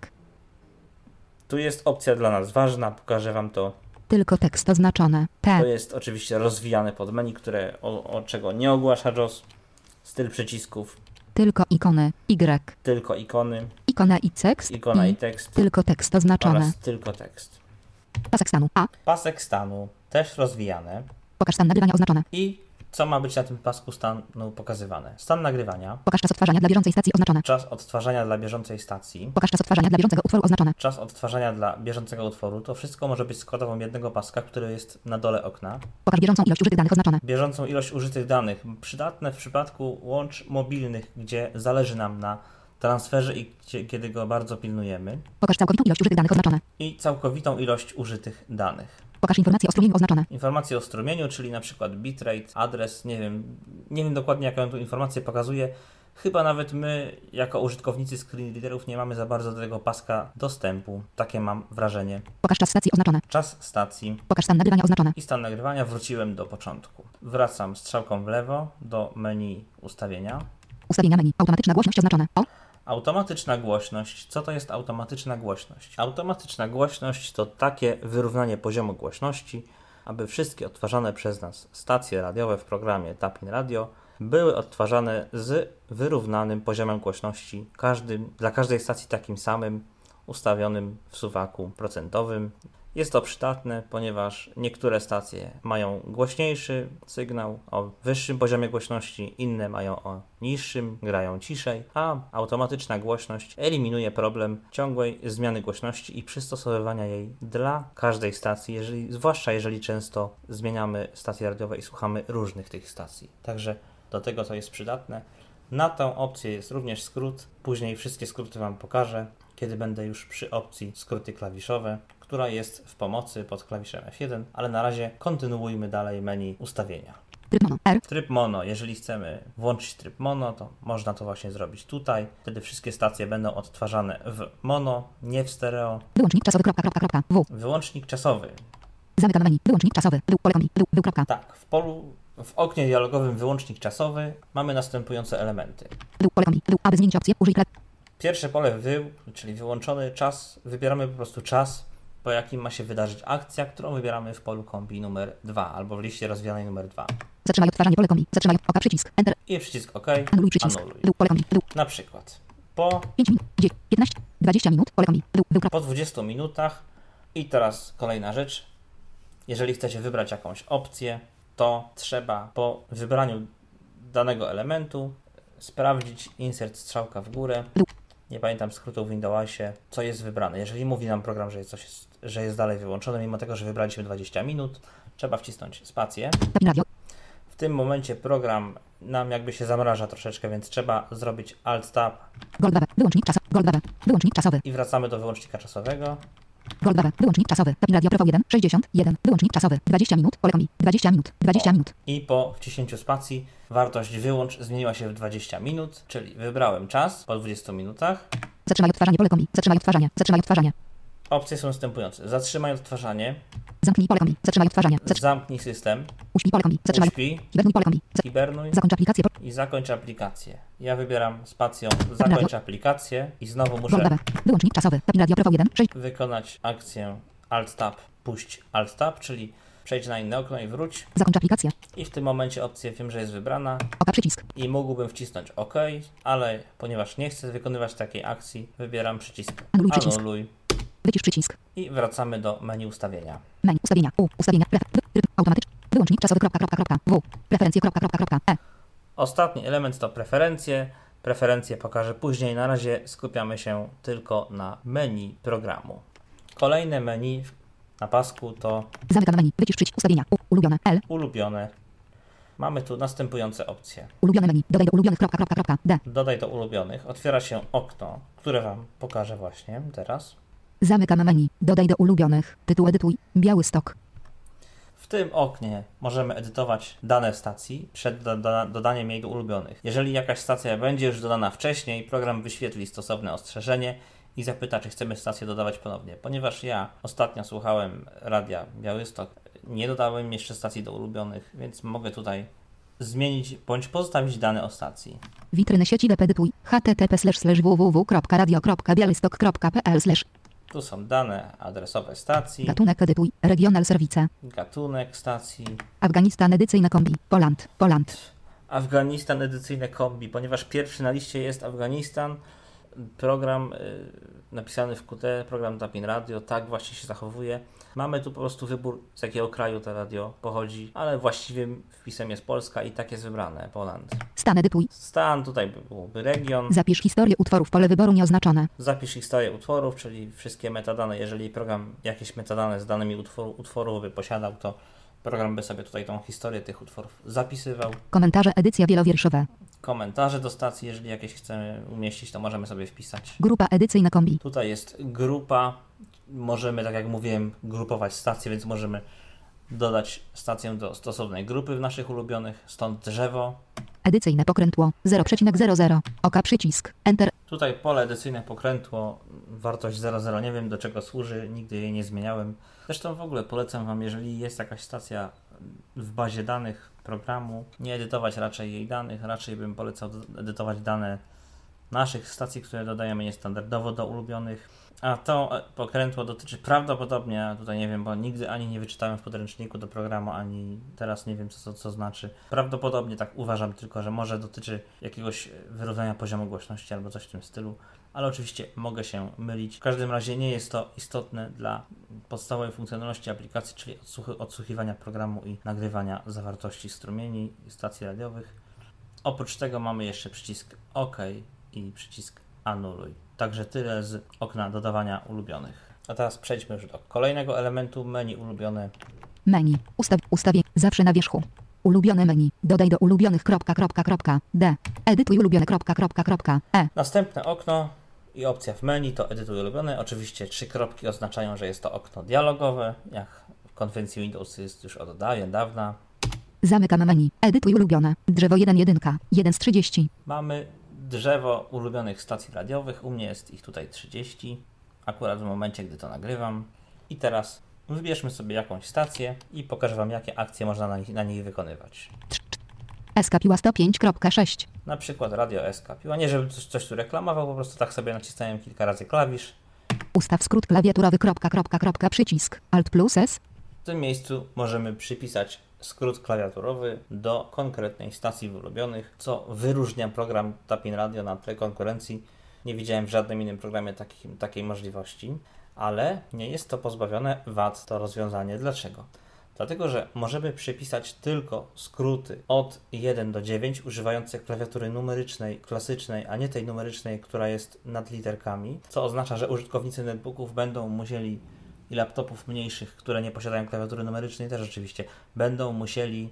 Tu jest opcja dla nas ważna. Pokażę Wam to. Tylko tekst oznaczone. To T. jest oczywiście rozwijane podmenu, które o czego nie ogłasza JOS. Styl przycisków. Tylko ikony. Y. Tylko ikony. Ikona i tekst. Ikona i tekst. Tylko tekst oznaczone. Oraz tylko tekst. Pasek stanu. A. Pasek stanu. Też rozwijane. Pokaż stan nagrywania oznaczone. I co ma być na tym pasku stanu pokazywane? Stan nagrywania. Pokaż czas odtwarzania dla bieżącej stacji oznaczone. Czas odtwarzania dla bieżącej stacji. Pokaż czas odtwarzania dla bieżącego utworu oznaczone. Czas odtwarzania dla bieżącego utworu. To wszystko może być składową jednego paska, który jest na dole okna. Pokaż bieżącą ilość użytych danych oznaczone. Bieżącą ilość użytych danych. Przydatne w przypadku łącz mobilnych, gdzie zależy nam na transferze i kiedy go bardzo pilnujemy. Pokaż całkowitą ilość użytych danych oznaczone. I całkowitą ilość użytych danych. Pokaż informacje o strumieniu oznaczone. Informacje o strumieniu, czyli na przykład bitrate, adres, nie wiem dokładnie, jaką tu informację pokazuje. Chyba nawet my, jako użytkownicy screenreaderów, nie mamy za bardzo do tego paska dostępu. Takie mam wrażenie. Pokaż czas stacji oznaczone. Czas stacji. Pokaż stan nagrywania oznaczone. I stan nagrywania. Wróciłem do początku. Wracam strzałką w lewo do menu ustawienia. Ustawienia menu. Automatyczna głośność oznaczone. O. Automatyczna głośność. Co to jest automatyczna głośność? Automatyczna głośność to takie wyrównanie poziomu głośności, aby wszystkie odtwarzane przez nas stacje radiowe w programie Tapin Radio były odtwarzane z wyrównanym poziomem głośności, dla każdej stacji takim samym, ustawionym w suwaku procentowym. Jest to przydatne, ponieważ niektóre stacje mają głośniejszy sygnał o wyższym poziomie głośności, inne mają o niższym, grają ciszej, a automatyczna głośność eliminuje problem ciągłej zmiany głośności i przystosowywania jej dla każdej stacji, zwłaszcza jeżeli często zmieniamy stacje radiowe i słuchamy różnych tych stacji. Także do tego to jest przydatne. Na tą opcję jest również skrót, później wszystkie skróty Wam pokażę, kiedy będę już przy opcji skróty klawiszowe, która jest w pomocy pod klawiszem F1, ale na razie kontynuujmy dalej menu ustawienia. Tryb mono. R. Tryb mono. Jeżeli chcemy włączyć tryb mono, to można to właśnie zrobić tutaj. Wtedy wszystkie stacje będą odtwarzane w mono, nie w stereo. Wyłącznik czasowy. W. Wyłącznik czasowy. Zamykam menu. Wyłącznik czasowy. Pole kombi. Kropka. Tak, w oknie dialogowym wyłącznik czasowy mamy następujące elementy. Pole kombi. Aby zmienić opcję, użyj Pierwsze pole czyli wyłączony czas. Wybieramy po prostu czas, po jakim ma się wydarzyć akcja, którą wybieramy w polu kombi numer 2 albo w liście rozwijanej numer 2. Zatrzymaj odtwarzanie pole kombi. Zatrzymaj OK przycisk. Enter. I przycisk OK. Anuluj przycisk. Anuluj. Pole kombi. Na przykład po 5 minut. 15. 20 minut. Pole kombi. po 20 minutach. I teraz kolejna rzecz. Jeżeli chcecie wybrać jakąś opcję, to trzeba po wybraniu danego elementu sprawdzić insert strzałka w górę. Nie pamiętam skrótu w Windowsie, co jest wybrane. Jeżeli mówi nam program, że jest dalej wyłączone, mimo tego, że wybraliśmy 20 minut, trzeba wcisnąć spację. W tym momencie program nam jakby się zamraża troszeczkę, więc trzeba zrobić Alt-Tab. Wyłącznik czasowy. I wracamy do wyłącznika czasowego. Wyłącznik czasowy. Tapin Radio Pro 1. 61. Wyłącznik czasowy. 20 minut. Pole kombi. 20 minut. 20 minut. I po wciśnięciu spacji wartość wyłącz zmieniła się w 20 minut, czyli wybrałem czas po 20 minutach. Zatrzymaj odtwarzanie pole kombi. Zatrzymaj odtwarzanie. Zatrzymaj odtwarzanie. Opcje są następujące. Zatrzymaj odtwarzanie. Zamknij pole kombi. Zatrzymaj odtwarzanie. Zamknij system. Uśpij pole kombi. Zatrzymaj. Uśpij. Hibernuj pole kombi. Hibernuj. Zakończ aplikację. I zakończ aplikację. Ja wybieram spacją zakończ aplikację i znowu muszę Wyłącznik czasowy. Tapin Radio Pro 1. 6. wykonać akcję Alt-Tab, puść Alt-Tab, czyli przejdź na inne okno i wróć. Zakończ aplikację. I w tym momencie opcja wiem, że jest wybrana OK przycisk. i mógłbym wcisnąć OK, ale ponieważ nie chcę wykonywać takiej akcji, wybieram przycisk Anuluj przycisk. Anuluj Wycisz przycisk. i wracamy do menu ustawienia. Menu ustawienia. Ustawienia. Tryb automatyczny. Wyłącznik czasowy. W. Preferencje. E. Ostatni element to preferencje. Preferencje pokażę później. Na razie skupiamy się tylko na menu programu. Kolejne menu na pasku to Zamykam menu. Wycisz przycisk. Ustawienia. Ulubione. L. ulubione. Mamy tu następujące opcje. Ulubione menu. Dodaj do ulubionych. D. Dodaj do ulubionych. Otwiera się okno, które Wam pokażę właśnie teraz. Zamykam menu. Dodaj do ulubionych. Tytuł edytuj. Białystok. W tym oknie możemy edytować dane stacji przed dodaniem jej do ulubionych. Jeżeli jakaś stacja będzie już dodana wcześniej, program wyświetli stosowne ostrzeżenie i zapyta, czy chcemy stację dodawać ponownie. Ponieważ ja ostatnio słuchałem radia Białystok, nie dodałem jeszcze stacji do ulubionych, więc mogę tutaj zmienić bądź pozostawić dane o stacji. Witryny sieci web edytuj. http://www.radio.białystok.pl/ Tu są dane adresowe stacji, Gatunek edytuj. Regional serwice. gatunek stacji, Afganistan edycyjne kombi. Poland. Afganistan edycyjne kombi, ponieważ pierwszy na liście jest Afganistan. Program napisany w QT, program Tapin Radio, tak właśnie się zachowuje. Mamy tu po prostu wybór, z jakiego kraju to radio pochodzi, ale właściwym wpisem jest Polska i tak jest wybrane, Poland. Stan edytuj. Stan, tutaj byłby region. Zapisz historię utworów. Pole wyboru nieoznaczone. Zapisz historię utworów, czyli wszystkie metadane. Jeżeli program jakieś metadane z danymi utworu by posiadał, to program by sobie tutaj tą historię tych utworów zapisywał. Komentarze edycja wielowierszowa. Komentarze do stacji, jeżeli jakieś chcemy umieścić, to możemy sobie wpisać. Grupa edycyjna kombi. Tutaj jest grupa. Możemy, tak jak mówiłem, grupować stacje, więc możemy dodać stację do stosownej grupy w naszych ulubionych. Stąd drzewo. Edycyjne pokrętło 0,00. OK przycisk. Enter. Tutaj pole edycyjne pokrętło, wartość 00. Nie wiem, do czego służy, nigdy jej nie zmieniałem. Zresztą w ogóle polecam Wam, jeżeli jest jakaś stacja w bazie danych programu, nie edytować raczej jej danych, raczej bym polecał edytować dane naszych stacji, które dodajemy niestandardowo do ulubionych. A to pokrętło dotyczy prawdopodobnie, a tutaj nie wiem, bo nigdy ani nie wyczytałem w podręczniku do programu, ani teraz nie wiem, co znaczy. Prawdopodobnie tak uważam tylko, że może dotyczy jakiegoś wyrównania poziomu głośności albo coś w tym stylu, ale oczywiście mogę się mylić. W każdym razie nie jest to istotne dla podstawowej funkcjonalności aplikacji, czyli odsłuchiwania programu i nagrywania zawartości strumieni i stacji radiowych. Oprócz tego mamy jeszcze przycisk OK i przycisk Anuluj. Także tyle z okna dodawania ulubionych. A teraz przejdźmy już do kolejnego elementu menu ulubione. Menu. Ustawię. Zawsze na wierzchu. Ulubione menu. Dodaj do ulubionych. D. Edytuj ulubione. E. Następne okno I opcja w menu to edytuj ulubione. Oczywiście 3 kropki oznaczają, że jest to okno dialogowe, jak w konwencji Windows jest już od dawna. Zamykam menu. Edytuj ulubione. Drzewo 1.1. 1 z 30. Mamy drzewo ulubionych stacji radiowych. U mnie jest ich tutaj 30. Akurat w momencie, gdy to nagrywam. I teraz wybierzmy sobie jakąś stację i pokażę Wam, jakie akcje można na niej wykonywać. SK Piła 105.6. Na przykład radio SK Piła. Nie żeby coś tu reklamował, po prostu tak sobie nacisnąłem kilka razy klawisz. Ustaw skrót klawiaturowy przycisk Alt plus S. W tym miejscu możemy przypisać skrót klawiaturowy do konkretnej stacji w ulubionych, co wyróżnia program Tapin Radio na tle konkurencji. Nie widziałem w żadnym innym programie takiej możliwości, ale nie jest to pozbawione wad to rozwiązanie. Dlaczego? Dlatego, że możemy przypisać tylko skróty od 1 do 9 używające klawiatury numerycznej, klasycznej, a nie tej numerycznej, która jest nad literkami, co oznacza, że użytkownicy netbooków będą musieli i laptopów mniejszych, które nie posiadają klawiatury numerycznej, też oczywiście będą musieli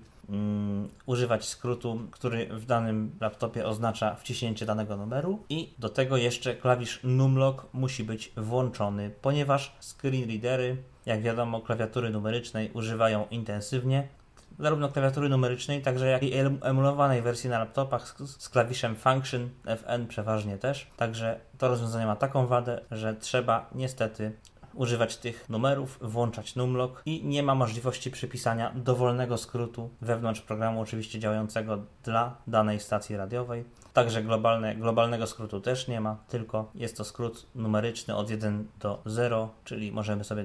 używać skrótu, który w danym laptopie oznacza wciśnięcie danego numeru i do tego jeszcze klawisz numlock musi być włączony, ponieważ screenreadery, jak wiadomo, klawiatury numerycznej używają intensywnie zarówno klawiatury numerycznej, także jak i emulowanej wersji na laptopach z klawiszem Function, Fn przeważnie też. Także to rozwiązanie ma taką wadę, że trzeba niestety używać tych numerów, włączać numlock i nie ma możliwości przypisania dowolnego skrótu wewnątrz programu, oczywiście działającego dla danej stacji radiowej. Także globalnego skrótu też nie ma, tylko jest to skrót numeryczny od 1 do 0, czyli możemy sobie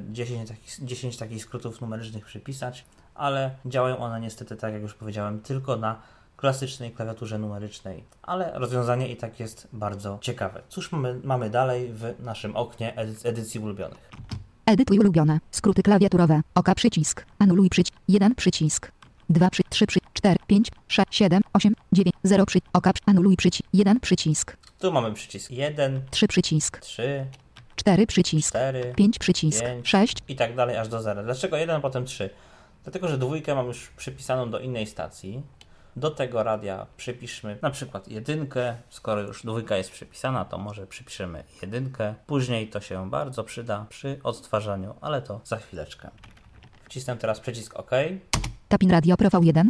10 takich skrótów numerycznych przypisać, ale działają one niestety, tak jak już powiedziałem, tylko na klasycznej klawiaturze numerycznej, ale rozwiązanie i tak jest bardzo ciekawe. Cóż mamy dalej w naszym oknie edycji ulubionych? Edytuj ulubione. Skróty klawiaturowe. OK przycisk. Anuluj przycisk. 1 przycisk. 2 3 4 5 6 7 8 9 0 OK anuluj przycisk. 1 przycisk. Tu mamy przycisk 1, 3 przycisk. 3, 4 przycisk. 4, 5 przycisk. 5 6. i tak dalej aż do 0. Dlaczego 1, potem 3? Dlatego, że dwójkę mam już przypisaną do innej stacji. Do tego radia przypiszmy na przykład 1, skoro już dwójka jest przypisana, to może przypiszemy 1. Później to się bardzo przyda przy odtwarzaniu, ale to za chwileczkę. Wcisnę teraz przycisk OK. Tapin Radio Pro V1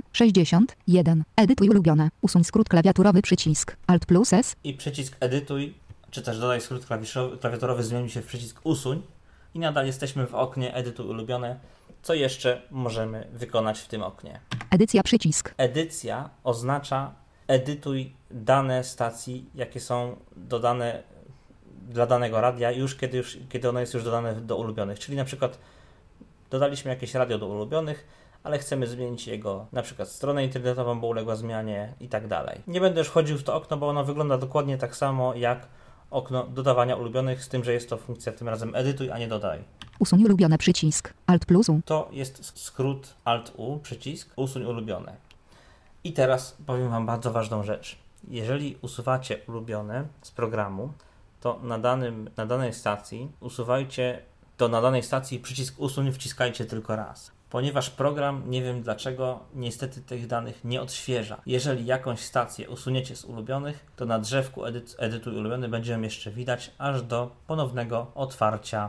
61. Edytuj ulubione. Usuń skrót klawiaturowy przycisk Alt plus S. I przycisk edytuj, czy też dodaj skrót klawiaturowy zmieni się w przycisk usuń. I nadal jesteśmy w oknie edytuj ulubione. Co jeszcze możemy wykonać w tym oknie? Edycja przycisk. Edycja oznacza edytuj dane stacji, jakie są dodane dla danego radia, kiedy ono jest już dodane do ulubionych. Czyli na przykład dodaliśmy jakieś radio do ulubionych, ale chcemy zmienić jego na przykład stronę internetową, bo uległa zmianie i tak dalej. Nie będę już wchodził w to okno, bo ono wygląda dokładnie tak samo jak okno dodawania ulubionych, z tym, że jest to funkcja tym razem edytuj, a nie dodaj. Usuń ulubione przycisk Alt plus U. To jest skrót Alt U, przycisk usuń ulubione. I teraz powiem Wam bardzo ważną rzecz. Jeżeli usuwacie ulubione z programu, to na danej stacji usuwajcie, to na danej stacji przycisk usuń wciskajcie tylko raz. Ponieważ program, nie wiem dlaczego, niestety tych danych nie odświeża. Jeżeli jakąś stację usuniecie z ulubionych, to na drzewku edytuj ulubiony będzie ją jeszcze widać aż do ponownego otwarcia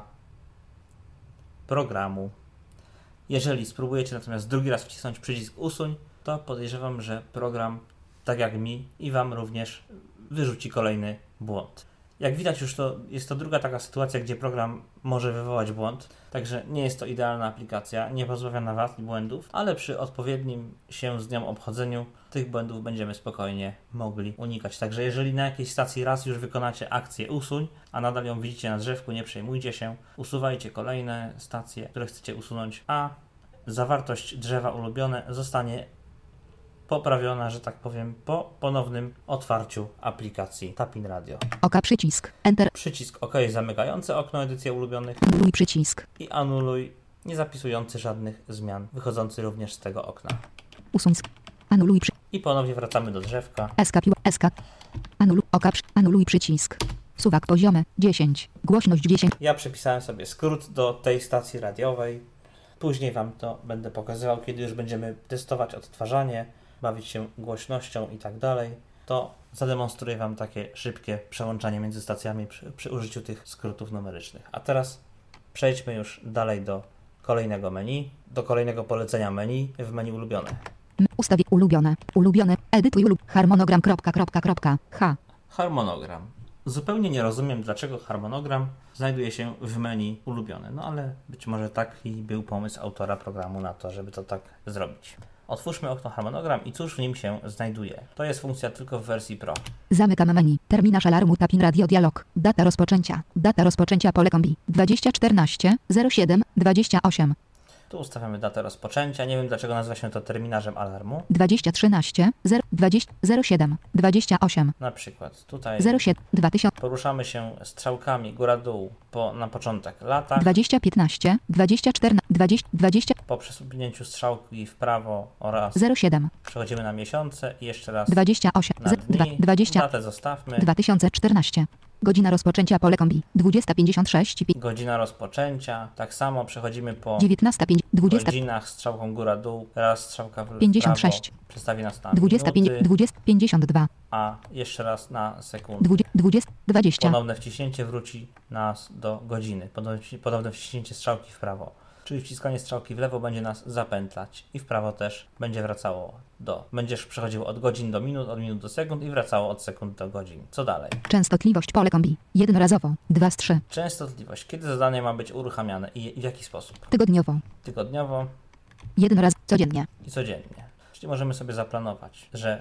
programu. Jeżeli spróbujecie natomiast drugi raz wcisnąć przycisk usuń, to podejrzewam, że program, tak jak mi i Wam również, wyrzuci kolejny błąd. Jak widać już jest to druga taka sytuacja, gdzie program może wywołać błąd, także nie jest to idealna aplikacja, nie pozbawiona wad i błędów, ale przy odpowiednim się z nią obchodzeniu tych błędów będziemy spokojnie mogli unikać. Także jeżeli na jakiejś stacji raz już wykonacie akcję usuń, a nadal ją widzicie na drzewku, nie przejmujcie się, usuwajcie kolejne stacje, które chcecie usunąć, a zawartość drzewa ulubione zostanie poprawiona, że tak powiem, po ponownym otwarciu aplikacji Tapin Radio. OK przycisk. Enter. Przycisk OK zamykający okno edycji ulubionych Anuluj przycisk. i anuluj, nie zapisujący żadnych zmian, wychodzący również z tego okna. Usuń. Anuluj I ponownie wracamy do drzewka. SK piła. SK. Anuluj przycisk. Suwak poziomy 10. Głośność 10. Ja przypisałem sobie skrót do tej stacji radiowej. Później Wam to będę pokazywał, kiedy już będziemy testować odtwarzanie, bawić się głośnością i tak dalej. to zademonstruję Wam takie szybkie przełączanie między stacjami przy użyciu tych skrótów numerycznych. A teraz przejdźmy już dalej do kolejnego menu, do kolejnego polecenia menu w menu ulubione. Ustawię ulubione, edytuj harmonogram, H. Harmonogram. Zupełnie nie rozumiem, dlaczego harmonogram znajduje się w menu ulubione. No ale być może taki był pomysł autora programu na to, żeby to tak zrobić. Otwórzmy okno harmonogram i cóż w nim się znajduje? To jest funkcja tylko w wersji Pro. Zamykam menu. Terminarz alarmu Tapin Radio Dialog. Data rozpoczęcia pole kombi 2014 07 28. Tu ustawiamy datę rozpoczęcia. Nie wiem, dlaczego nazywa się to terminarzem alarmu. 2013 07 28. Na przykład tutaj 07 2000 poruszamy się strzałkami góra-dół na początek lata. 2015 24 20 Po przesunięciu strzałki w prawo oraz 07 przechodzimy na miesiące i jeszcze raz 28 na dni. 20 Datę zostawmy. 2014. Godzina rozpoczęcia pole kombi 20:56. Godzina rozpoczęcia. Tak samo przechodzimy po 19:05 20 godzinach strzałką góra-dół. Raz strzałka w 56. prawo przestawi nas na 25 minuty, 20 52 a jeszcze raz na sekundy. 20 20 Ponowne wciśnięcie wróci nas do godziny. Ponowne wciśnięcie strzałki w prawo. Czyli wciskanie strzałki w lewo będzie nas zapętlać i w prawo też będzie wracało będziesz przechodził od godzin do minut, od minut do sekund i wracało od sekund do godzin. Co dalej? Częstotliwość pole kombi jednorazowo 2 z 3 Częstotliwość. Kiedy zadanie ma być uruchamiane i w jaki sposób? tygodniowo Tygodniowo jeden raz codziennie i codziennie. Czyli możemy sobie zaplanować, że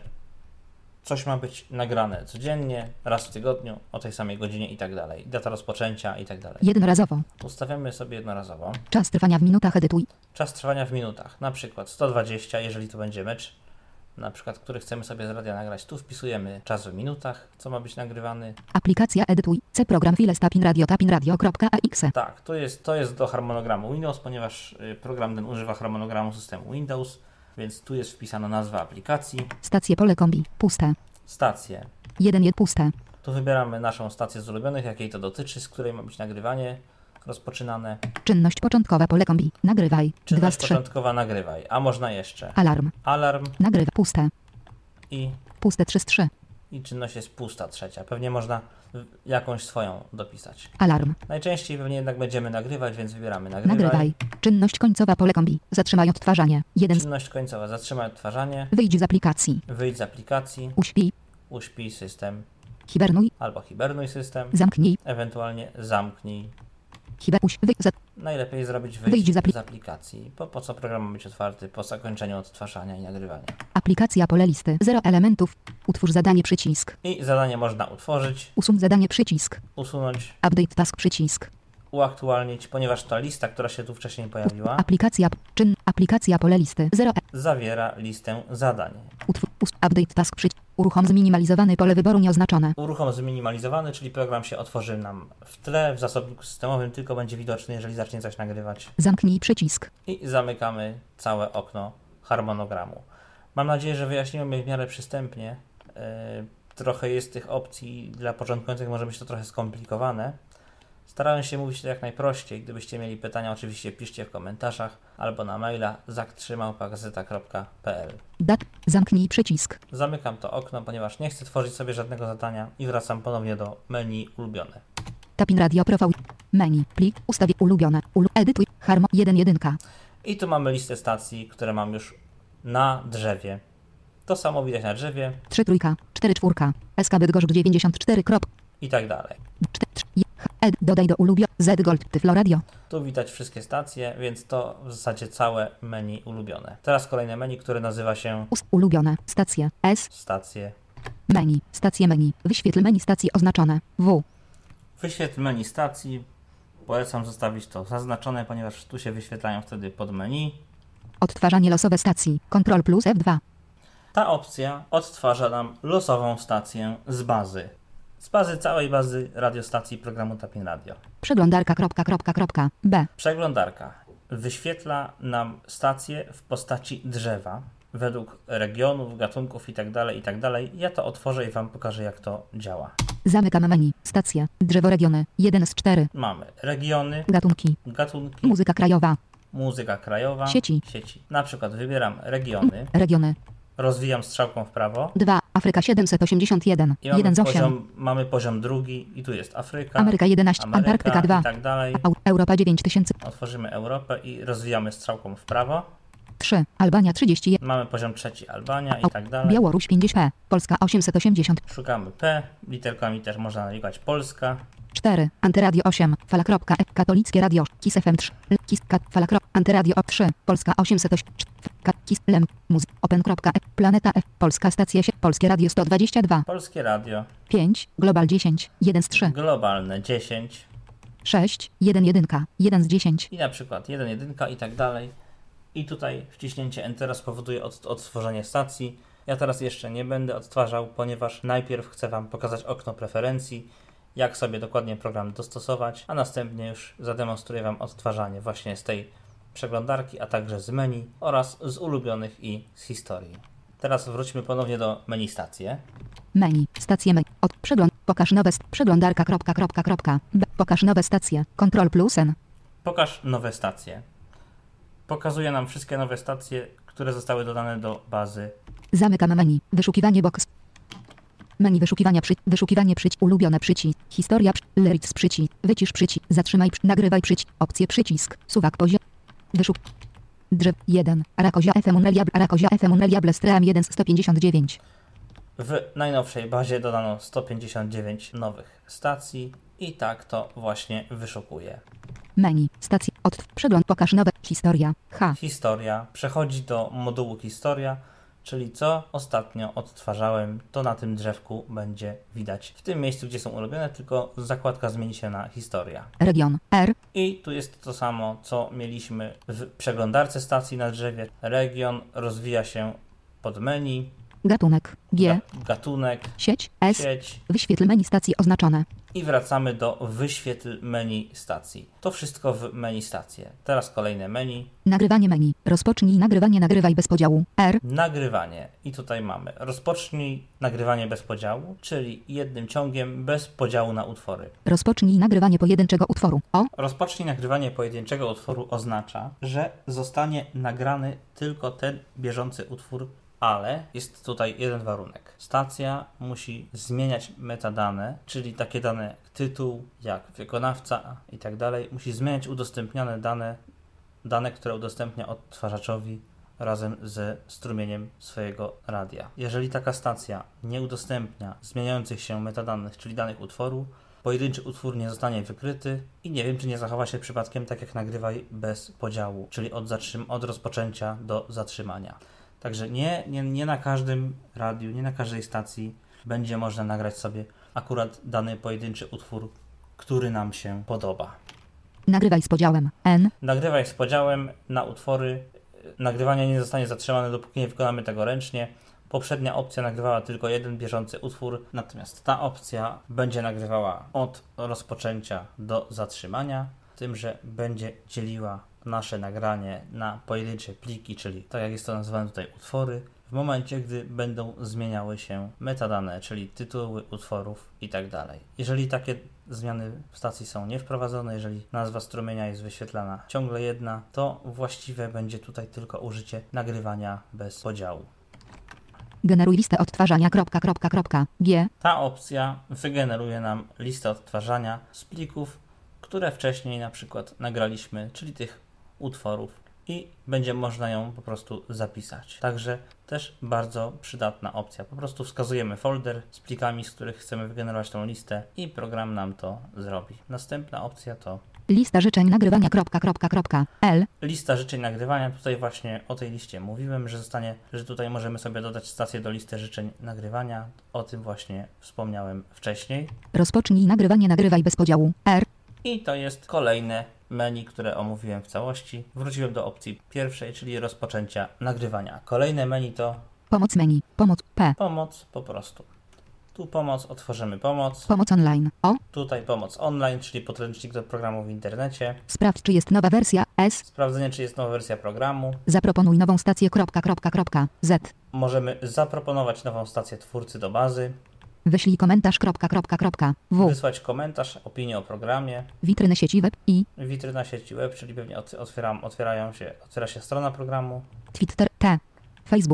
coś ma być nagrane codziennie, raz w tygodniu, o tej samej godzinie i tak dalej. Data rozpoczęcia i tak dalej. jednorazowo. Ustawiamy sobie jednorazowo. Czas trwania w minutach edytuj. Czas trwania w minutach, na przykład 120, jeżeli to będzie mecz, na przykład, który chcemy sobie z radia nagrać. Tu wpisujemy czas w minutach, co ma być nagrywany. Aplikacja edytuj. C program files tapinradio.ax. Tak, to jest do harmonogramu Windows, ponieważ program ten używa harmonogramu systemu Windows, więc tu jest wpisana nazwa aplikacji. Stacje pole kombi puste. Stacje. 1 puste. Tu wybieramy naszą stację z ulubionych, jakiej to dotyczy, z której ma być nagrywanie rozpoczynane. Czynność początkowa pole kombi. Nagrywaj. 2 z Czynność 3. początkowa nagrywaj, a można jeszcze. Alarm. Alarm Nagrywa. Puste. i Puste 3 z 3. czynność jest pusta trzecia. Pewnie można jakąś swoją dopisać. Alarm. Najczęściej pewnie jednak będziemy nagrywać, więc wybieramy nagrywaj. Nagrywaj. Czynność końcowa pole kombi. Zatrzymaj odtwarzanie. 1 z... Czynność końcowa. Zatrzymaj odtwarzanie. Wyjdź z aplikacji. Wyjdź z aplikacji. Uśpij. Uśpij system Hibernuj. albo hibernuj system. Zamknij. Ewentualnie zamknij. Wyjdź. Najlepiej zrobić Wyjdź z z aplikacji. Po co program ma być otwarty? Po zakończeniu odtwarzania i nagrywania. Aplikacja pole listy. 0 elementów. Utwórz zadanie przycisk. I zadanie można utworzyć, Usuń zadanie przycisk. usunąć, Update task przycisk. uaktualnić, ponieważ ta lista, która się tu wcześniej pojawiła, Aplikacja pole listy. 0 zawiera listę zadań. Update task przycisk. Uruchom zminimalizowane pole wyboru nieoznaczone. Uruchom zminimalizowany, czyli program się otworzy nam w tle, w zasobniku systemowym, tylko będzie widoczny, jeżeli zacznie coś nagrywać. Zamknij przycisk. I zamykamy całe okno harmonogramu. Mam nadzieję, że wyjaśniłem je w miarę przystępnie. Trochę jest tych opcji, dla początkujących może być to trochę skomplikowane. Starałem się mówić to jak najprościej. Gdybyście mieli pytania, oczywiście piszcie w komentarzach albo na maila zak3@gazeta.pl. Zamknij przycisk. Zamykam to okno, ponieważ nie chcę tworzyć sobie żadnego zadania i wracam ponownie do menu ulubione. Tapin Radio Profile. Menu. Plik. Ustawię ulubione. Edytuj. Harmo 1.1. I tu mamy listę stacji, które mam już na drzewie. To samo widać na drzewie 3 trójka. 4 czwórka. SK Bydgoszcz 94. i tak dalej. Dodaj do Z Gold Tyflo Radio. Tu widać wszystkie stacje, więc to w zasadzie całe menu ulubione. Teraz kolejne menu, które nazywa się Ulubione. Stacje. S. Stacje. Menu. Stacje menu. Wyświetl menu stacji oznaczone. W. Wyświetl menu stacji. Polecam zostawić to zaznaczone, ponieważ tu się wyświetlają wtedy pod menu. Odtwarzanie losowe stacji. Ctrl plus F2. Ta opcja odtwarza nam losową stację z bazy. Z bazy całej bazy radiostacji programu Tapin Radio. Przeglądarka. B. Przeglądarka wyświetla nam stacje w postaci drzewa według regionów, gatunków itd. Ja to otworzę i Wam pokażę, jak to działa. Zamykam menu. Stacje. Drzewo regiony. 1 z 4. Mamy regiony, Gatunki. Muzyka krajowa. muzyka krajowa, Sieci. Na przykład wybieram regiony, Regiony. rozwijam strzałką w prawo 2 Afryka 781. I mamy 1 z 8. mamy poziom drugi i tu jest Afryka, Ameryka 11. Antarktyka 2. i tak dalej. Europa 9000. Otworzymy Europę i rozwijamy strzałką w prawo. 3. Albania 31. Mamy poziom trzeci Albania i tak dalej. Białoruś 50P. Polska 880. Szukamy P, literkami też można nawigować Polska. 4. Antyradio 8. Fala.e. Katolickie Radio. KIS FM 3. KIS Fala. Antyradio 3. Polska 808. KIS Lem. Muzyk. Open.e. Planeta F. Polska stacja się. Polskie Radio 122. Polskie Radio. 5. Global 10. 1 z 3. Globalne 10. 6. 1 jedynka. 1 z 10. I na przykład 1 jedynka i tak dalej. I tutaj wciśnięcie Entera spowoduje odtworzenie stacji. Ja teraz jeszcze nie będę odtwarzał, ponieważ najpierw chcę Wam pokazać okno preferencji, jak sobie dokładnie program dostosować, a następnie już zademonstruję Wam odtwarzanie właśnie z tej przeglądarki, a także z menu oraz z ulubionych i z historii. Teraz wróćmy ponownie do menu stacje. Menu. Stacje menu. Od przegląd. Pokaż nowe. Przeglądarka. Pokaż nowe stacje. Ctrl plus N. Pokaż nowe stacje. Pokazuje nam wszystkie nowe stacje, które zostały dodane do bazy. Zamykam menu. Wyszukiwanie box. Menu wyszukiwania wyszukiwanie ulubione przycisk. Historia lyrics przycisk. Wycisz przycisk. Zatrzymaj nagrywaj przycisk. Opcje przycisk. Suwak poziom. Drzew 1. Arakozia FM Uneliable Stream 1 z 159. W najnowszej bazie dodano 159 nowych stacji i tak to właśnie wyszukuje. Menu. Stacja. Przegląd. Pokaż nowe. Historia. Historia. Przechodzi do modułu historia, czyli co ostatnio odtwarzałem, to na tym drzewku będzie widać. W tym miejscu, gdzie są ulubione, tylko zakładka zmieni się na historia. Region. R. I tu jest to samo, co mieliśmy w przeglądarce stacji na drzewie. Region rozwija się pod menu. Gatunek. G. Gatunek. Sieć. S. Sieć. Wyświetl menu stacji oznaczone. I wracamy do wyświetl menu stacji. To wszystko w menu stacje. Teraz kolejne menu. Nagrywanie menu. Rozpocznij nagrywanie. Nagrywaj bez podziału. R. Nagrywanie. I tutaj mamy rozpocznij nagrywanie bez podziału, czyli jednym ciągiem bez podziału na utwory. Rozpocznij nagrywanie pojedynczego utworu. O. Rozpocznij nagrywanie pojedynczego utworu oznacza, że zostanie nagrany tylko ten bieżący utwór, ale jest tutaj jeden warunek. Stacja musi zmieniać metadane, czyli takie dane jak tytuł, jak wykonawca i tak dalej. Musi zmieniać udostępniane dane, które udostępnia odtwarzaczowi razem ze strumieniem swojego radia. Jeżeli taka stacja nie udostępnia zmieniających się metadanych, czyli danych utworu, pojedynczy utwór nie zostanie wykryty i nie wiem, czy nie zachowa się przypadkiem tak jak nagrywaj bez podziału, czyli od rozpoczęcia do zatrzymania. Także nie na każdym radiu, nie na każdej stacji będzie można nagrać sobie akurat dany pojedynczy utwór, który nam się podoba. Nagrywaj z podziałem. N. Nagrywaj z podziałem na utwory. Nagrywanie nie zostanie zatrzymane, dopóki nie wykonamy tego ręcznie. Poprzednia opcja nagrywała tylko jeden bieżący utwór, natomiast ta opcja będzie nagrywała od rozpoczęcia do zatrzymania, tym, że będzie dzieliła nasze nagranie na pojedyncze pliki, czyli tak jak jest to nazywane tutaj utwory, w momencie, gdy będą zmieniały się metadane, czyli tytuły utworów i tak dalej. Jeżeli takie zmiany w stacji są niewprowadzone, jeżeli nazwa strumienia jest wyświetlana ciągle jedna, to właściwe będzie tutaj tylko użycie nagrywania bez podziału. Generuj listę odtwarzania. G. Ta opcja wygeneruje nam listę odtwarzania z plików, które wcześniej na przykład nagraliśmy, czyli tych utworów i będzie można ją po prostu zapisać. Także też bardzo przydatna opcja. Po prostu wskazujemy folder z plikami, z których chcemy wygenerować tą listę i program nam to zrobi. Następna opcja to Lista życzeń nagrywania. L. Lista życzeń nagrywania. Tutaj właśnie o tej liście mówiłem, że tutaj możemy sobie dodać stację do listy życzeń nagrywania. O tym właśnie wspomniałem wcześniej. Rozpocznij nagrywanie. Nagrywaj bez podziału. R. I to jest kolejne menu, które omówiłem w całości. Wróciłem do opcji pierwszej, czyli rozpoczęcia nagrywania. Kolejne menu to Pomoc menu. Pomoc. P. pomoc po prostu. Tu pomoc, otworzymy pomoc. Pomoc online. O. Tutaj pomoc online, czyli podręcznik do programu w internecie. Sprawdź, czy jest nowa wersja. S. Sprawdzenie, czy jest nowa wersja programu. Zaproponuj nową stację. Z. Możemy zaproponować nową stację twórcy do bazy. Wyślij komentarz. W. Wysłać komentarz, opinię o programie. Witryny sieci web i Witryna sieci web, czyli pewnie otwiera się strona programu. Twitter. T. Facebook.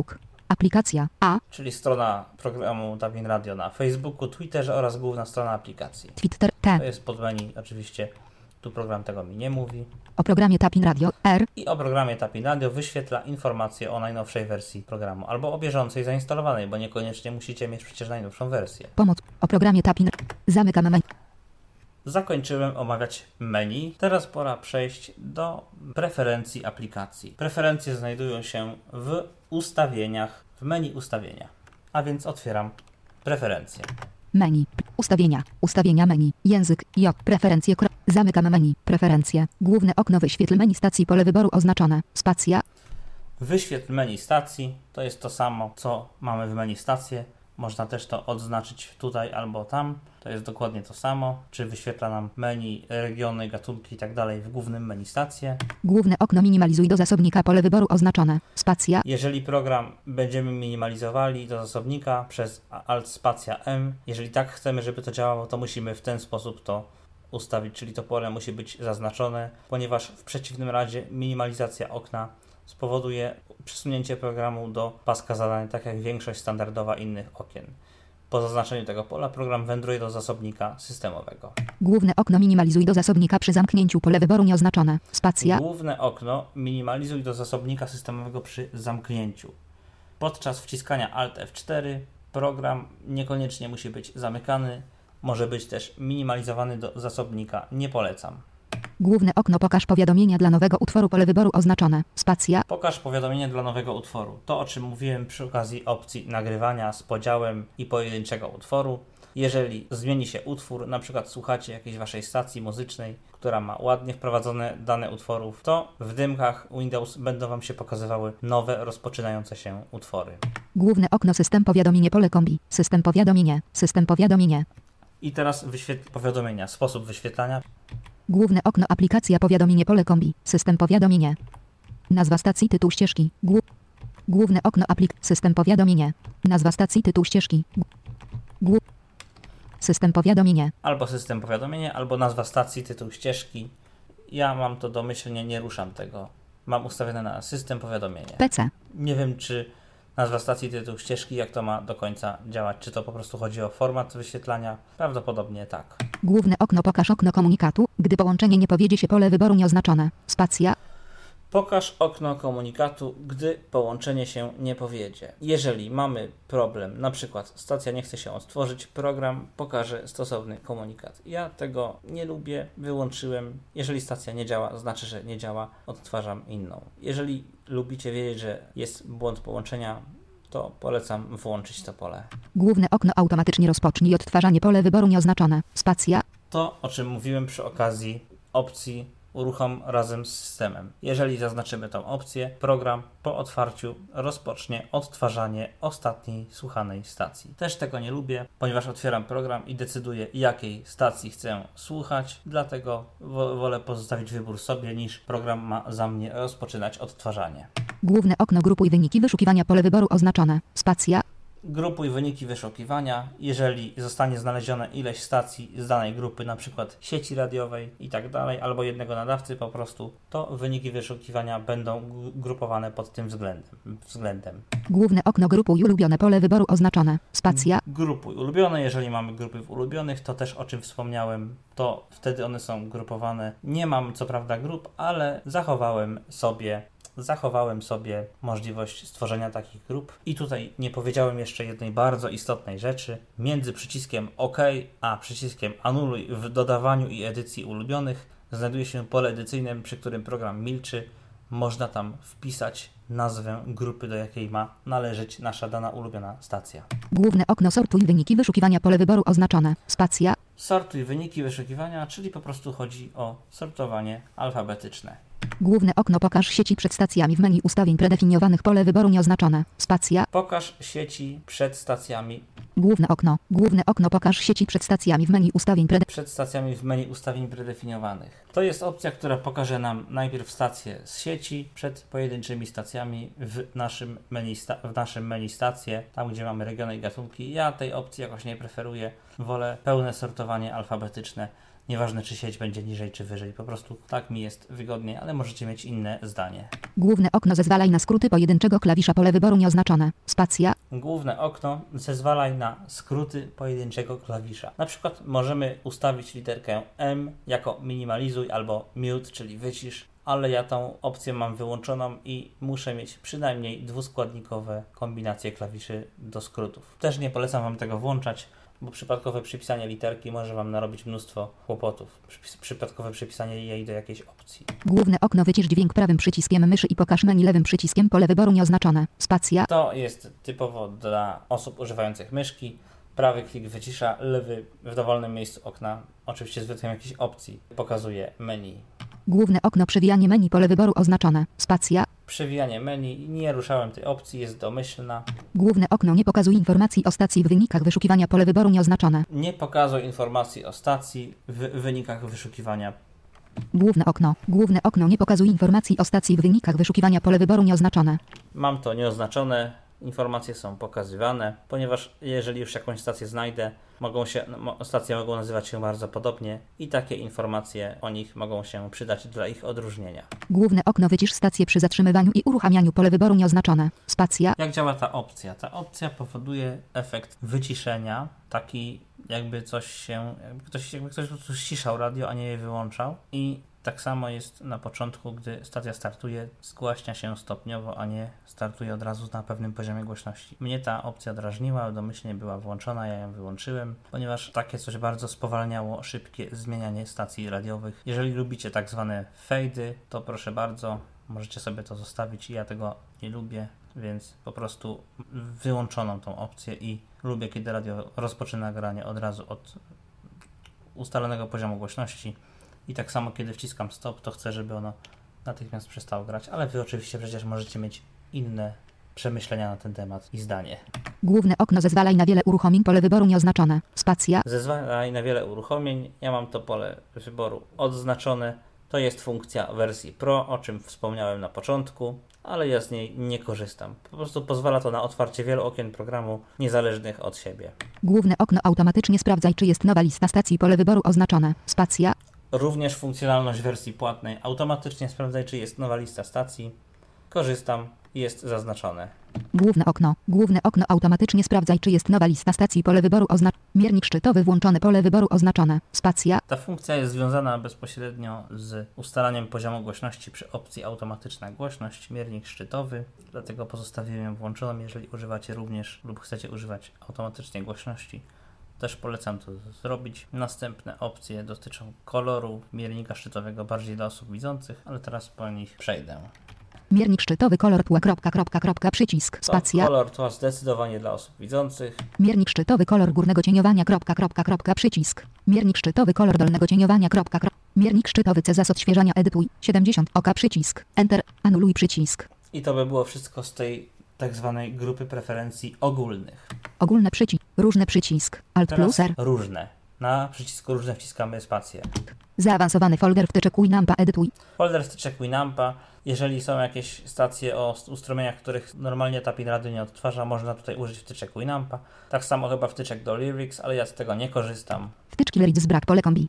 Aplikacja A. czyli strona programu Tapin Radio na Facebooku, Twitterze oraz główna strona aplikacji. Twitter To T. jest pod menu, oczywiście tu program tego mi nie mówi. O programie Tapin Radio R. I o programie Tapin Radio wyświetla informacje o najnowszej wersji programu albo o bieżącej zainstalowanej, bo niekoniecznie musicie mieć przecież najnowszą wersję. Pomoc. O programie Tapin. Zamykam menu. Zakończyłem omawiać menu. Teraz pora przejść do preferencji aplikacji. Preferencje znajdują się w ustawieniach, w menu ustawienia. A więc otwieram preferencje. Menu. Ustawienia. Ustawienia menu. Język. J. Preferencje. Zamykam menu. Preferencje. Główne okno wyświetl menu stacji. Pole wyboru oznaczone. Spacja. Wyświetl menu stacji. To jest to samo, co mamy w menu stacje. Można też to odznaczyć tutaj albo tam. To jest dokładnie to samo. Czy wyświetla nam menu, regiony, gatunki i tak dalej w głównym menu stacje. Główne okno minimalizuj do zasobnika. Pole wyboru oznaczone. Spacja. Jeżeli program będziemy minimalizowali do zasobnika przez Alt spacja M, jeżeli tak chcemy, żeby to działało, to musimy w ten sposób to ustawić, czyli to pole musi być zaznaczone, ponieważ w przeciwnym razie minimalizacja okna spowoduje przesunięcie programu do paska zadań, tak jak większość standardowa innych okien. Po zaznaczeniu tego pola program wędruje do zasobnika systemowego. Główne okno minimalizuj do zasobnika przy zamknięciu. Pole wyboru nieoznaczone. Spacja. Główne okno minimalizuj do zasobnika systemowego przy zamknięciu. Podczas wciskania Alt F4 program niekoniecznie musi być zamykany, może być też minimalizowany do zasobnika. Nie polecam. Główne okno pokaż powiadomienia dla nowego utworu. Pole wyboru oznaczone. Spacja. Pokaż powiadomienie dla nowego utworu. To, o czym mówiłem przy okazji opcji nagrywania z podziałem i pojedynczego utworu. Jeżeli zmieni się utwór, na przykład słuchacie jakiejś waszej stacji muzycznej, która ma ładnie wprowadzone dane utworów, to w dymkach Windows będą wam się pokazywały nowe, rozpoczynające się utwory. Główne okno system powiadomienie. Pole kombi. System powiadomienie. System powiadomienie. I teraz wyświetl powiadomienia. Sposób wyświetlania. Główne okno aplikacja powiadomienie. Pole kombi. System powiadomienie. Nazwa stacji. Tytuł ścieżki. Główne okno system powiadomienie. Nazwa stacji. Tytuł ścieżki. System powiadomienie. Albo system powiadomienia, albo nazwa stacji, tytuł ścieżki. Ja mam to domyślnie, nie ruszam tego. Mam ustawione na system powiadomienie. PC. Nie wiem, czy nazwa stacji, tytuł ścieżki, jak to ma do końca działać. Czy to po prostu chodzi o format wyświetlania? Prawdopodobnie tak. Główne okno pokaż okno komunikatu. Gdy połączenie nie powiedzie się. Pole wyboru nieoznaczone. Spacja. Pokaż okno komunikatu, gdy połączenie się nie powiedzie. Jeżeli mamy problem, na przykład stacja nie chce się odtworzyć, program pokaże stosowny komunikat. Ja tego nie lubię, wyłączyłem. Jeżeli stacja nie działa, znaczy, że nie działa, odtwarzam inną. Jeżeli lubicie wiedzieć, że jest błąd połączenia, to polecam włączyć to pole. Główne okno automatycznie rozpocznij odtwarzanie. Pole wyboru nieoznaczone. Spacja. To, o czym mówiłem przy okazji opcji uruchom razem z systemem. Jeżeli zaznaczymy tą opcję, program po otwarciu rozpocznie odtwarzanie ostatniej słuchanej stacji. Też tego nie lubię, ponieważ otwieram program i decyduję, jakiej stacji chcę słuchać, dlatego wolę pozostawić wybór sobie, niż program ma za mnie rozpoczynać odtwarzanie. Główne okno grupuj wyniki wyszukiwania. Pole wyboru oznaczone. Spacja. Grupuj wyniki wyszukiwania. Jeżeli zostanie znalezione ileś stacji z danej grupy, na przykład sieci radiowej i tak dalej, albo jednego nadawcy po prostu, to wyniki wyszukiwania będą grupowane pod tym względem. Główne okno grupuj ulubione. Pole wyboru oznaczone. Spacja. Grupuj ulubione. Jeżeli mamy grupy w ulubionych, to też o czym wspomniałem, to wtedy one są grupowane. Nie mam co prawda grup, ale zachowałem sobie możliwość stworzenia takich grup. I tutaj nie powiedziałem jeszcze jednej bardzo istotnej rzeczy. Między przyciskiem OK a przyciskiem Anuluj w dodawaniu i edycji ulubionych znajduje się pole edycyjne, przy którym program milczy. Można tam wpisać nazwę grupy, do jakiej ma należeć nasza dana ulubiona stacja. Główne okno sortuj wyniki wyszukiwania. Pole wyboru oznaczone. Spacja. Sortuj wyniki wyszukiwania, czyli po prostu chodzi o sortowanie alfabetyczne. Główne okno pokaż sieci przed stacjami w menu ustawień predefiniowanych. Pole wyboru nieoznaczone. Spacja. Pokaż sieci przed stacjami. Główne okno pokaż sieci przed stacjami w menu ustawień w menu ustawień predefiniowanych. To jest opcja, która pokaże nam najpierw stacje z sieci przed pojedynczymi stacjami w naszym menu stacje, tam gdzie mamy regiony i gatunki. Ja tej opcji jakoś nie preferuję. wolę pełne sortowanie alfabetyczne. Nieważne, czy sieć będzie niżej, czy wyżej. Po prostu tak mi jest wygodniej, ale możecie mieć inne zdanie. Główne okno zezwalaj na skróty pojedynczego klawisza pole wyboru nieoznaczone. Spacja. Główne okno zezwalaj na skróty pojedynczego klawisza. Na przykład możemy ustawić literkę M jako minimalizuj albo mute, czyli wycisz, ale ja tą opcję mam wyłączoną i muszę mieć przynajmniej dwuskładnikowe kombinacje klawiszy do skrótów. Też nie polecam Wam tego włączać, bo przypadkowe przypisanie literki może Wam narobić mnóstwo kłopotów. Przypadkowe przypisanie jej do jakiejś opcji. Główne okno wycisz dźwięk prawym przyciskiem myszy i pokaż menu lewym przyciskiem pole wyboru nieoznaczone. Spacja. To jest typowo dla osób używających myszki. Prawy klik wycisza, lewy w dowolnym miejscu okna, oczywiście z wyjątkiem jakiejś opcji, pokazuje menu. Główne okno przewijanie menu pole wyboru oznaczone. Spacja. Przewijanie menu, nie ruszałem tej opcji, jest domyślna. Główne okno nie pokazuje informacji o stacji w wynikach wyszukiwania pole wyboru nieoznaczone. Nie pokazuj informacji o stacji w wynikach wyszukiwania. Główne okno nie pokazuje informacji o stacji w wynikach wyszukiwania pole wyboru nieoznaczone. Mam to nieoznaczone, informacje są pokazywane, ponieważ jeżeli już jakąś stację znajdę, stacje mogą nazywać się bardzo podobnie i takie informacje o nich mogą się przydać dla ich odróżnienia. Główne okno wycisz stację przy zatrzymywaniu i uruchamianiu pole wyboru nieoznaczone. Spacja. Jak działa ta opcja? Ta opcja powoduje efekt wyciszenia, taki jakby ktoś po prostu ściszał radio, a nie je wyłączał. I tak samo jest na początku, gdy stacja startuje, zgłaśnia się stopniowo, a nie startuje od razu na pewnym poziomie głośności. Mnie ta opcja drażniła, domyślnie była włączona, ja ją wyłączyłem, ponieważ takie coś bardzo spowalniało szybkie zmienianie stacji radiowych. Jeżeli lubicie tak zwane fejdy, to proszę bardzo, możecie sobie to zostawić. Ja tego nie lubię, więc po prostu wyłączoną tą opcję i lubię, kiedy radio rozpoczyna granie od razu od ustalonego poziomu głośności. I tak samo, kiedy wciskam stop, to chcę, żeby ono natychmiast przestało grać, ale Wy oczywiście przecież możecie mieć inne przemyślenia na ten temat i zdanie. Główne okno zezwalaj na wiele uruchomień pole wyboru nieoznaczone. Spacja. Zezwalaj na wiele uruchomień. Ja mam to pole wyboru odznaczone. To jest funkcja wersji Pro, o czym wspomniałem na początku, ale ja z niej nie korzystam. Po prostu pozwala to na otwarcie wielu okien programu niezależnych od siebie. Główne okno automatycznie sprawdzaj, czy jest nowa lista stacji pole wyboru oznaczone. Spacja. Również funkcjonalność wersji płatnej. Automatycznie sprawdzaj, czy jest nowa lista stacji. Korzystam, jest zaznaczone. Główne okno automatycznie sprawdzaj, czy jest nowa lista stacji pole wyboru oznaczone. Miernik szczytowy włączone pole wyboru oznaczone. Spacja. Ta funkcja jest związana bezpośrednio z ustalaniem poziomu głośności przy opcji automatyczna głośność, miernik szczytowy, dlatego pozostawiłem ją włączoną. Jeżeli używacie również lub chcecie używać automatycznie głośności, też polecam to zrobić. Następne opcje dotyczą koloru miernika szczytowego bardziej dla osób widzących, ale teraz po nich przejdę. Miernik szczytowy kolor tła przycisk. Spacja. Kolor tła zdecydowanie dla osób widzących. Miernik szczytowy kolor górnego cieniowania przycisk. Miernik szczytowy kolor dolnego cieniowania Miernik szczytowy CZAS odświeżania edytuj 70 oka przycisk. Enter. Anuluj przycisk. I to by było wszystko z tej tak zwanej grupy preferencji ogólnych. Ogólne przycisk. Różne przycisk. Alt Teraz plus R. różne. Na przycisku różne wciskamy spację. Zaawansowany folder wtyczek Winampa edytuj. Folder wtyczek Winampa. Jeżeli są jakieś stacje o ustrumieniach, których normalnie Tapin Radio nie odtwarza, można tutaj użyć wtyczek Winampa. Tak samo chyba wtyczek do Lyrics, ale ja z tego nie korzystam. Wtyczki Lyrics brak pole kombi.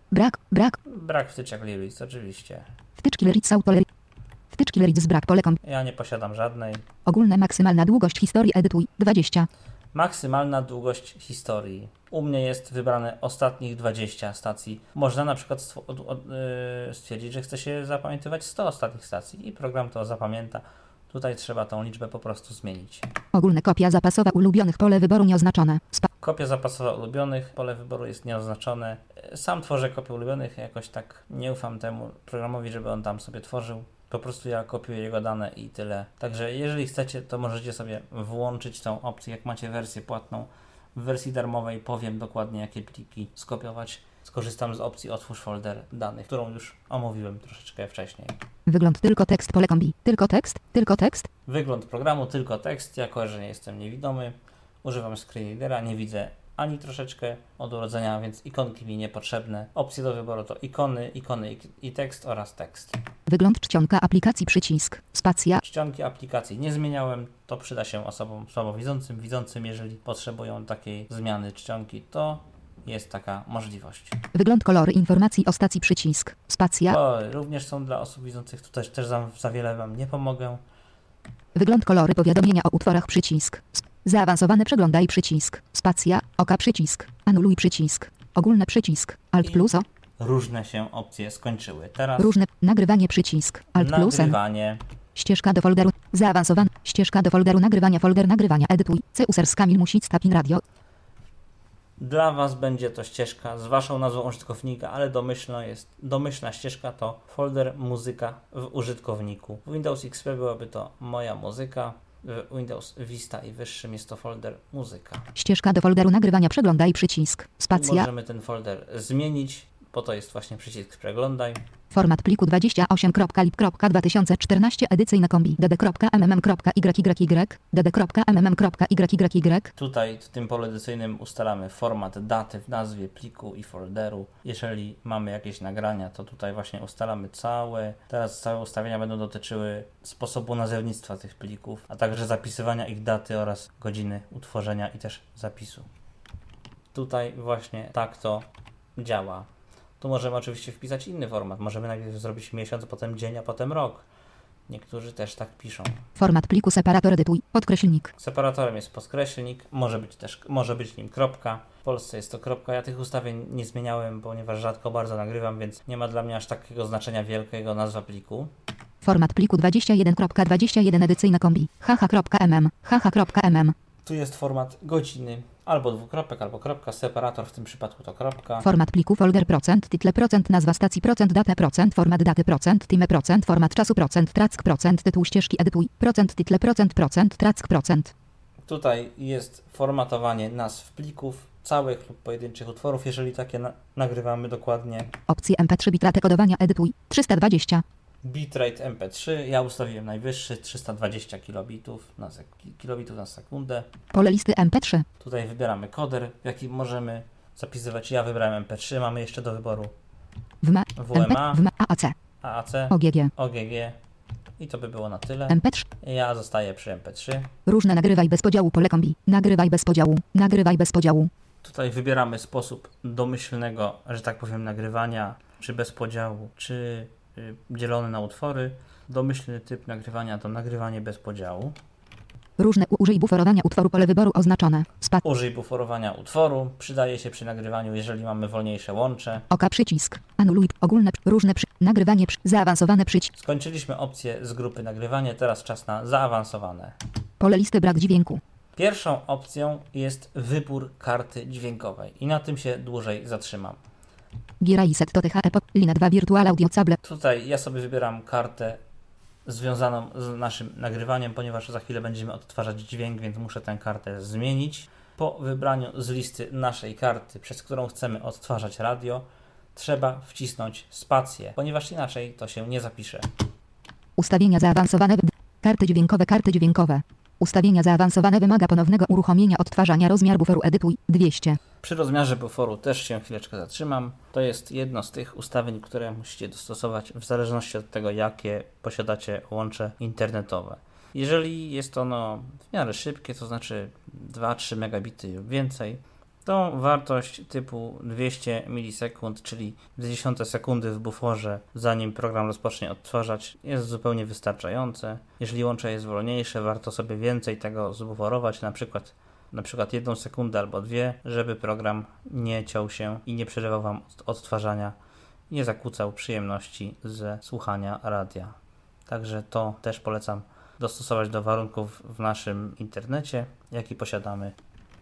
Brak wtyczek Lyrics, oczywiście. Wtyczki Lyrics auto Wtyczki Lyrics brak pole kombi. Ja nie posiadam żadnej. Ogólne maksymalna długość historii edytuj 20. Maksymalna długość historii. U mnie jest wybrane ostatnich 20 stacji. Można na przykład stwierdzić, że chce się zapamiętywać 100 ostatnich stacji i program to zapamięta. Tutaj trzeba tą liczbę po prostu zmienić. Ogólne kopia zapasowa ulubionych pole wyboru nieoznaczone. Kopia zapasowa ulubionych, pole wyboru jest nieoznaczone. Sam tworzę kopię ulubionych, jakoś tak nie ufam temu programowi, żeby on tam sobie tworzył. Po prostu ja kopiuję jego dane i tyle. Także jeżeli chcecie, to możecie sobie włączyć tą opcję, jak macie wersję płatną. W wersji darmowej powiem dokładnie, jakie pliki skopiować. Skorzystam z opcji otwórz folder danych, którą już omówiłem troszeczkę wcześniej. Wygląd tylko tekst pole kombi. Tylko tekst. Wygląd programu tylko tekst. Jako że nie jestem niewidomy, używam screenreadera, nie widzę ani troszeczkę od urodzenia, więc ikonki mi niepotrzebne. Opcje do wyboru to ikony i tekst oraz tekst. Wygląd czcionka aplikacji przycisk. Spacja. Czcionki aplikacji nie zmieniałem. To przyda się osobom słabowidzącym, widzącym, jeżeli potrzebują takiej zmiany czcionki, to jest taka możliwość. Wygląd kolory informacji o stacji przycisk. Spacja. Również są dla osób widzących, tu też za wiele Wam nie pomogę. Wygląd kolory powiadomienia o utworach przycisk. Zaawansowany przeglądaj przycisk. Spacja. Oka przycisk. Anuluj przycisk. Ogólny przycisk. Alt plus O. Różne się opcje skończyły. Teraz Różne. Nagrywanie przycisk. Alt plus N. nagrywanie. Ścieżka do folderu. Zaawansowany. Ścieżka do folderu nagrywania. Folder nagrywania. Edytuj. Users Kamil Music Tapin Radio. Dla Was będzie to ścieżka z Waszą nazwą użytkownika, ale domyślna ścieżka to folder muzyka w użytkowniku. W Windows XP byłaby to moja muzyka, w Windows Vista i wyższym jest to folder muzyka. Ścieżka do folderu nagrywania. Przeglądaj przycisk. Tu Spacja. możemy ten folder zmienić, po to jest właśnie przycisk przeglądaj. Format pliku 28.lib.2014 edycyjne kombi dd.mmm.yyyy dd.mmm.yyyy. Tutaj w tym polu edycyjnym ustalamy format daty w nazwie pliku i folderu. Jeżeli mamy jakieś nagrania, to tutaj właśnie ustalamy teraz całe ustawienia będą dotyczyły sposobu nazewnictwa tych plików, a także zapisywania ich daty oraz godziny utworzenia i też zapisu. Tutaj właśnie tak to działa. Tu możemy oczywiście wpisać inny format. Możemy najpierw zrobić miesiąc, potem dzień, a potem rok. Niektórzy też tak piszą. Format pliku separator edytuj. Podkreślnik. Separatorem jest podkreślnik, może być nim kropka. W Polsce jest to kropka. Ja tych ustawień nie zmieniałem, ponieważ rzadko bardzo nagrywam, więc nie ma dla mnie aż takiego znaczenia wielkiego nazwa pliku. Format pliku 21.21 edycyjne kombi hh.mm. Tu jest format godziny, albo dwukropek, albo kropka. Separator w tym przypadku to kropka. Format pliku folder procent, title procent, nazwa stacji procent, datę procent, format daty procent, time procent, format czasu procent, track procent, tytuł ścieżki edytuj, procent, title procent, track procent. Tutaj jest formatowanie nazw plików, całych lub pojedynczych utworów, jeżeli takie nagrywamy dokładnie. Opcje MP3 bitrate kodowania edytuj 320. Bitrate MP3, ja ustawiłem najwyższy 320 kilobitów na sekundę. Pole listy MP3. Tutaj wybieramy koder, w jakim możemy zapisywać. Ja wybrałem MP3, mamy jeszcze do wyboru WMA, WMA, AAC, AAC, OGG i to by było na tyle. MP3. Ja zostaję przy MP3. Różne nagrywaj bez podziału pole kombi. Nagrywaj bez podziału. Tutaj wybieramy sposób domyślnego, że tak powiem, nagrywania, czy bez podziału, czy dzielony na utwory. Domyślny typ nagrywania to nagrywanie bez podziału. Różne użyj buforowania utworu pole wyboru oznaczone. Użyj buforowania utworu. Przydaje się przy nagrywaniu, jeżeli mamy wolniejsze łącze. Oka przycisk. Anuluj ogólne różne nagrywanie zaawansowane przycisk. Skończyliśmy opcję z grupy nagrywanie, teraz czas na zaawansowane. Pole listy brak dźwięku. Pierwszą opcją jest wybór karty dźwiękowej i na tym się dłużej zatrzymam. Gira i set to THE Lina 2 Virtual Audio Cable. Tutaj ja sobie wybieram kartę związaną z naszym nagrywaniem, ponieważ za chwilę będziemy odtwarzać dźwięk, więc muszę tę kartę zmienić. Po wybraniu z listy naszej karty, przez którą chcemy odtwarzać radio, trzeba wcisnąć spację, ponieważ inaczej to się nie zapisze. Ustawienia zaawansowane. Karty dźwiękowe. Ustawienia zaawansowane wymaga ponownego uruchomienia odtwarzania rozmiar buforu edytuj 200. Przy rozmiarze buforu też się chwileczkę zatrzymam. To jest jedno z tych ustawień, które musicie dostosować w zależności od tego, jakie posiadacie łącze internetowe. Jeżeli jest ono w miarę szybkie, to znaczy 2-3 megabity lub więcej, to wartość typu 200 milisekund, czyli 0,1 sekundy w buforze, zanim program rozpocznie odtwarzać, jest zupełnie wystarczające. Jeżeli łącze jest wolniejsze, warto sobie więcej tego zbuforować, na przykład 1 sekundę albo 2, żeby program nie ciął się i nie przerywał Wam odtwarzania, nie zakłócał przyjemności ze słuchania radia. Także to też polecam dostosować do warunków w naszym internecie, jaki posiadamy.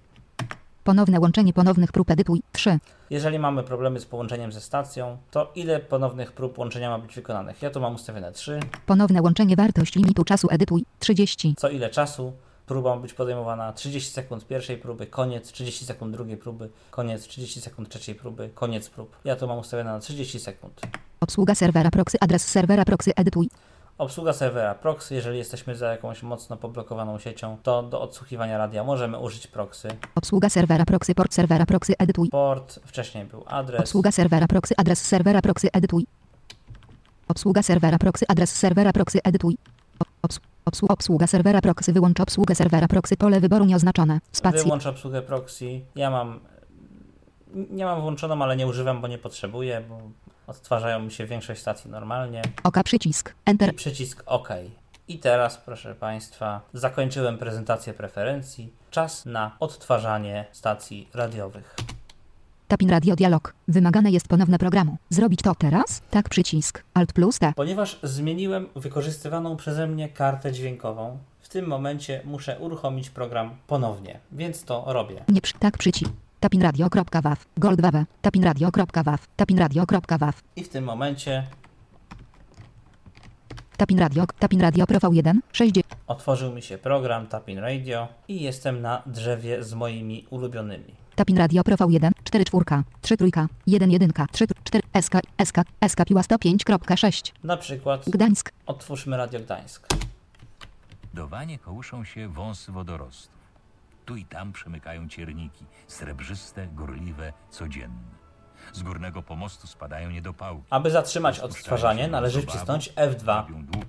Ponowne łączenie ponownych prób edytuj 3. Jeżeli mamy problemy z połączeniem ze stacją, to ile ponownych prób łączenia ma być wykonanych? Ja tu mam ustawione 3. Ponowne łączenie wartość limitu czasu edytuj 30. Co ile czasu próba ma być podejmowana? 30 sekund pierwszej próby, koniec, 30 sekund drugiej próby, koniec, 30 sekund trzeciej próby, koniec prób. Ja tu mam ustawione na 30 sekund. Obsługa serwera proxy, adres serwera proxy edytuj. Obsługa serwera proxy, jeżeli jesteśmy za jakąś mocno poblokowaną siecią, to do odsłuchiwania radia możemy użyć proxy. Obsługa serwera proxy, port serwera proxy edytuj. Port, wcześniej był adres. Obsługa serwera proxy, adres serwera proxy edytuj. Obsługa serwera proxy, adres serwera proxy edytuj. Obsługa serwera proxy, wyłącz obsługę serwera proxy, pole wyboru nieoznaczone. Spacja. Wyłącz obsługę proxy. Ja mam Nie mam włączoną, ale nie używam, bo nie potrzebuję, bo odtwarzają mi się większość stacji normalnie. Oka przycisk. Enter. I przycisk OK. I teraz, proszę Państwa, zakończyłem prezentację preferencji. Czas na odtwarzanie stacji radiowych. Tapin Radio Dialog. Wymagane jest ponowne programu. Zrobić to teraz? Tak przycisk. Alt plus T. Ponieważ zmieniłem wykorzystywaną przeze mnie kartę dźwiękową, w tym momencie muszę uruchomić program ponownie, więc to robię. Nie tak przycisk. Tapinradio.wav. Gold WW. Tapinradio.wav. Tapinradio.wav. I w tym momencie Tapin Radio Pro V1. 60. otworzył mi się program Tapin Radio i jestem na drzewie z moimi ulubionymi. Tapin Radio Pro V1. 4 czwórka. 3 trójka. 1 jedynka. 3 4 SK Piła 105.6. Na przykład Gdańsk. otwórzmy Radio Gdańsk. Do Wanie kołyszą się wąsy wodorostów. Tu i tam przemykają cierniki, srebrzyste, gorliwe, codzienne. Z górnego pomostu spadają niedopałki. Aby zatrzymać Rozpuszczają odtwarzanie, się należy do wcisnąć bawu, F2. robią dług-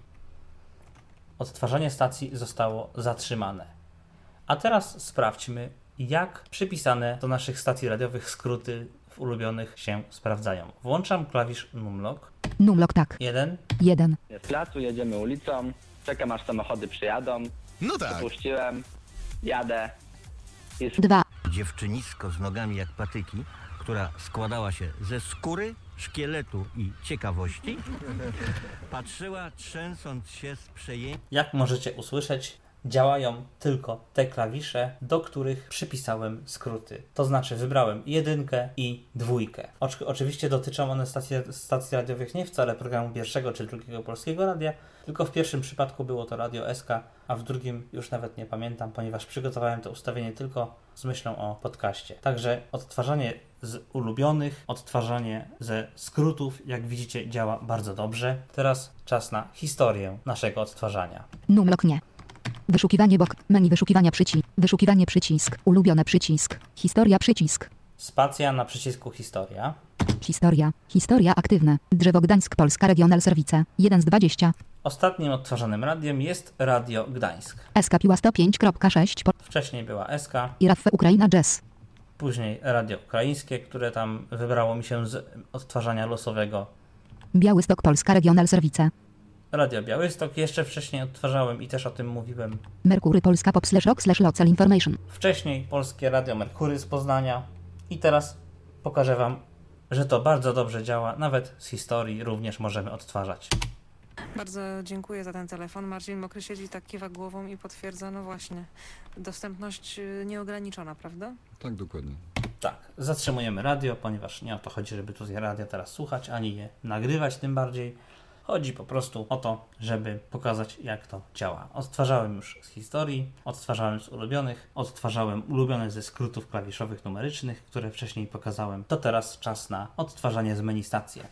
Odtwarzanie stacji zostało zatrzymane. A teraz sprawdźmy, jak przypisane do naszych stacji radiowych skróty w ulubionych się sprawdzają. Włączam klawisz Numlock. Numlock tak. 1. 1. Z placu jedziemy ulicą, czekam aż samochody przyjadą, No tak. puściłem, jadę. Jest 2. Dziewczynisko z nogami jak patyki, która składała się ze skóry, szkieletu i ciekawości, patrzyła trzęsąc się z przejęcia. Jak możecie usłyszeć, działają tylko te klawisze, do których przypisałem skróty. To znaczy wybrałem 1 i 2. Oczywiście dotyczą one stacji radiowych nie wcale programu pierwszego czy drugiego Polskiego Radia, tylko w pierwszym przypadku było to Radio SK, a w drugim już nawet nie pamiętam, ponieważ przygotowałem to ustawienie tylko z myślą o podcaście. Także odtwarzanie z ulubionych, odtwarzanie ze skrótów, jak widzicie, działa bardzo dobrze. Teraz czas na historię naszego odtwarzania. Numlock nie. Wyszukiwanie bok. Menu wyszukiwania przycisk. Wyszukiwanie przycisk. Ulubione przycisk. Historia przycisk. Spacja na przycisku Historia. Historia. Historia aktywne. Drzewo Gdańsk Polska Regional Serwice. 1 z 20. Ostatnim odtwarzanym radiem jest Radio Gdańsk. SK Piła 105.6. Wcześniej była SK, I RAF Ukraina Jazz. później Radio Ukraińskie, które tam wybrało mi się z odtwarzania losowego. Białystok Polska Regional Serwice. Radio Białystok jeszcze wcześniej odtwarzałem i też o tym mówiłem. Merkury Polska Pop /rock /local information. Wcześniej Polskie Radio Merkury z Poznania. I teraz pokażę Wam, że to bardzo dobrze działa. Nawet z historii również możemy odtwarzać. Bardzo dziękuję za ten telefon. Marcin Mokry siedzi, tak kiwa głową i potwierdza, no właśnie, dostępność nieograniczona, prawda? Tak, dokładnie. Tak, zatrzymujemy radio, ponieważ nie o to chodzi, żeby tu z radia teraz słuchać, ani je nagrywać tym bardziej. Chodzi po prostu o to, żeby pokazać, jak to działa. Odtwarzałem już z historii, odtwarzałem z ulubionych, odtwarzałem ulubione ze skrótów klawiszowych numerycznych, które wcześniej pokazałem. To teraz czas na odtwarzanie z menu stacje.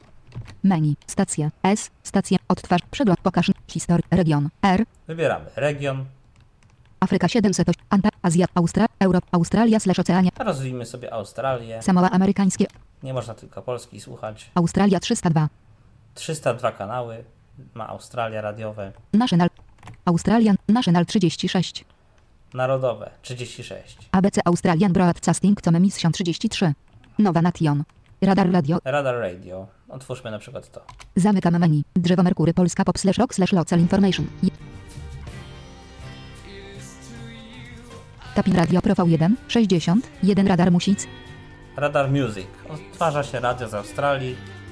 Menu. Stacja. S. Stacja. Odtwarz. Przegląd. Pokaż. Historia. Region. R. Wybieramy region, Afryka 708. Azja. Europa. Australia /Oceania. rozwijmy sobie Australię. Samoa Amerykańskie. Nie można tylko Polski słuchać. Australia 302. 302 kanały ma Australia radiowe. National. Australian. National 36. Narodowe 36. ABC Australian Broadcasting com Emission 33. Nowa Nation. Radar Radio. Radar Radio. Otwórzmy na przykład to. Zamykam menu. Drzewo Merkury Polska Pop /rock /local information. Tapin Radio Pro V1. 60. 1 Radar Music. Radar Music. Odtwarza się radio z Australii.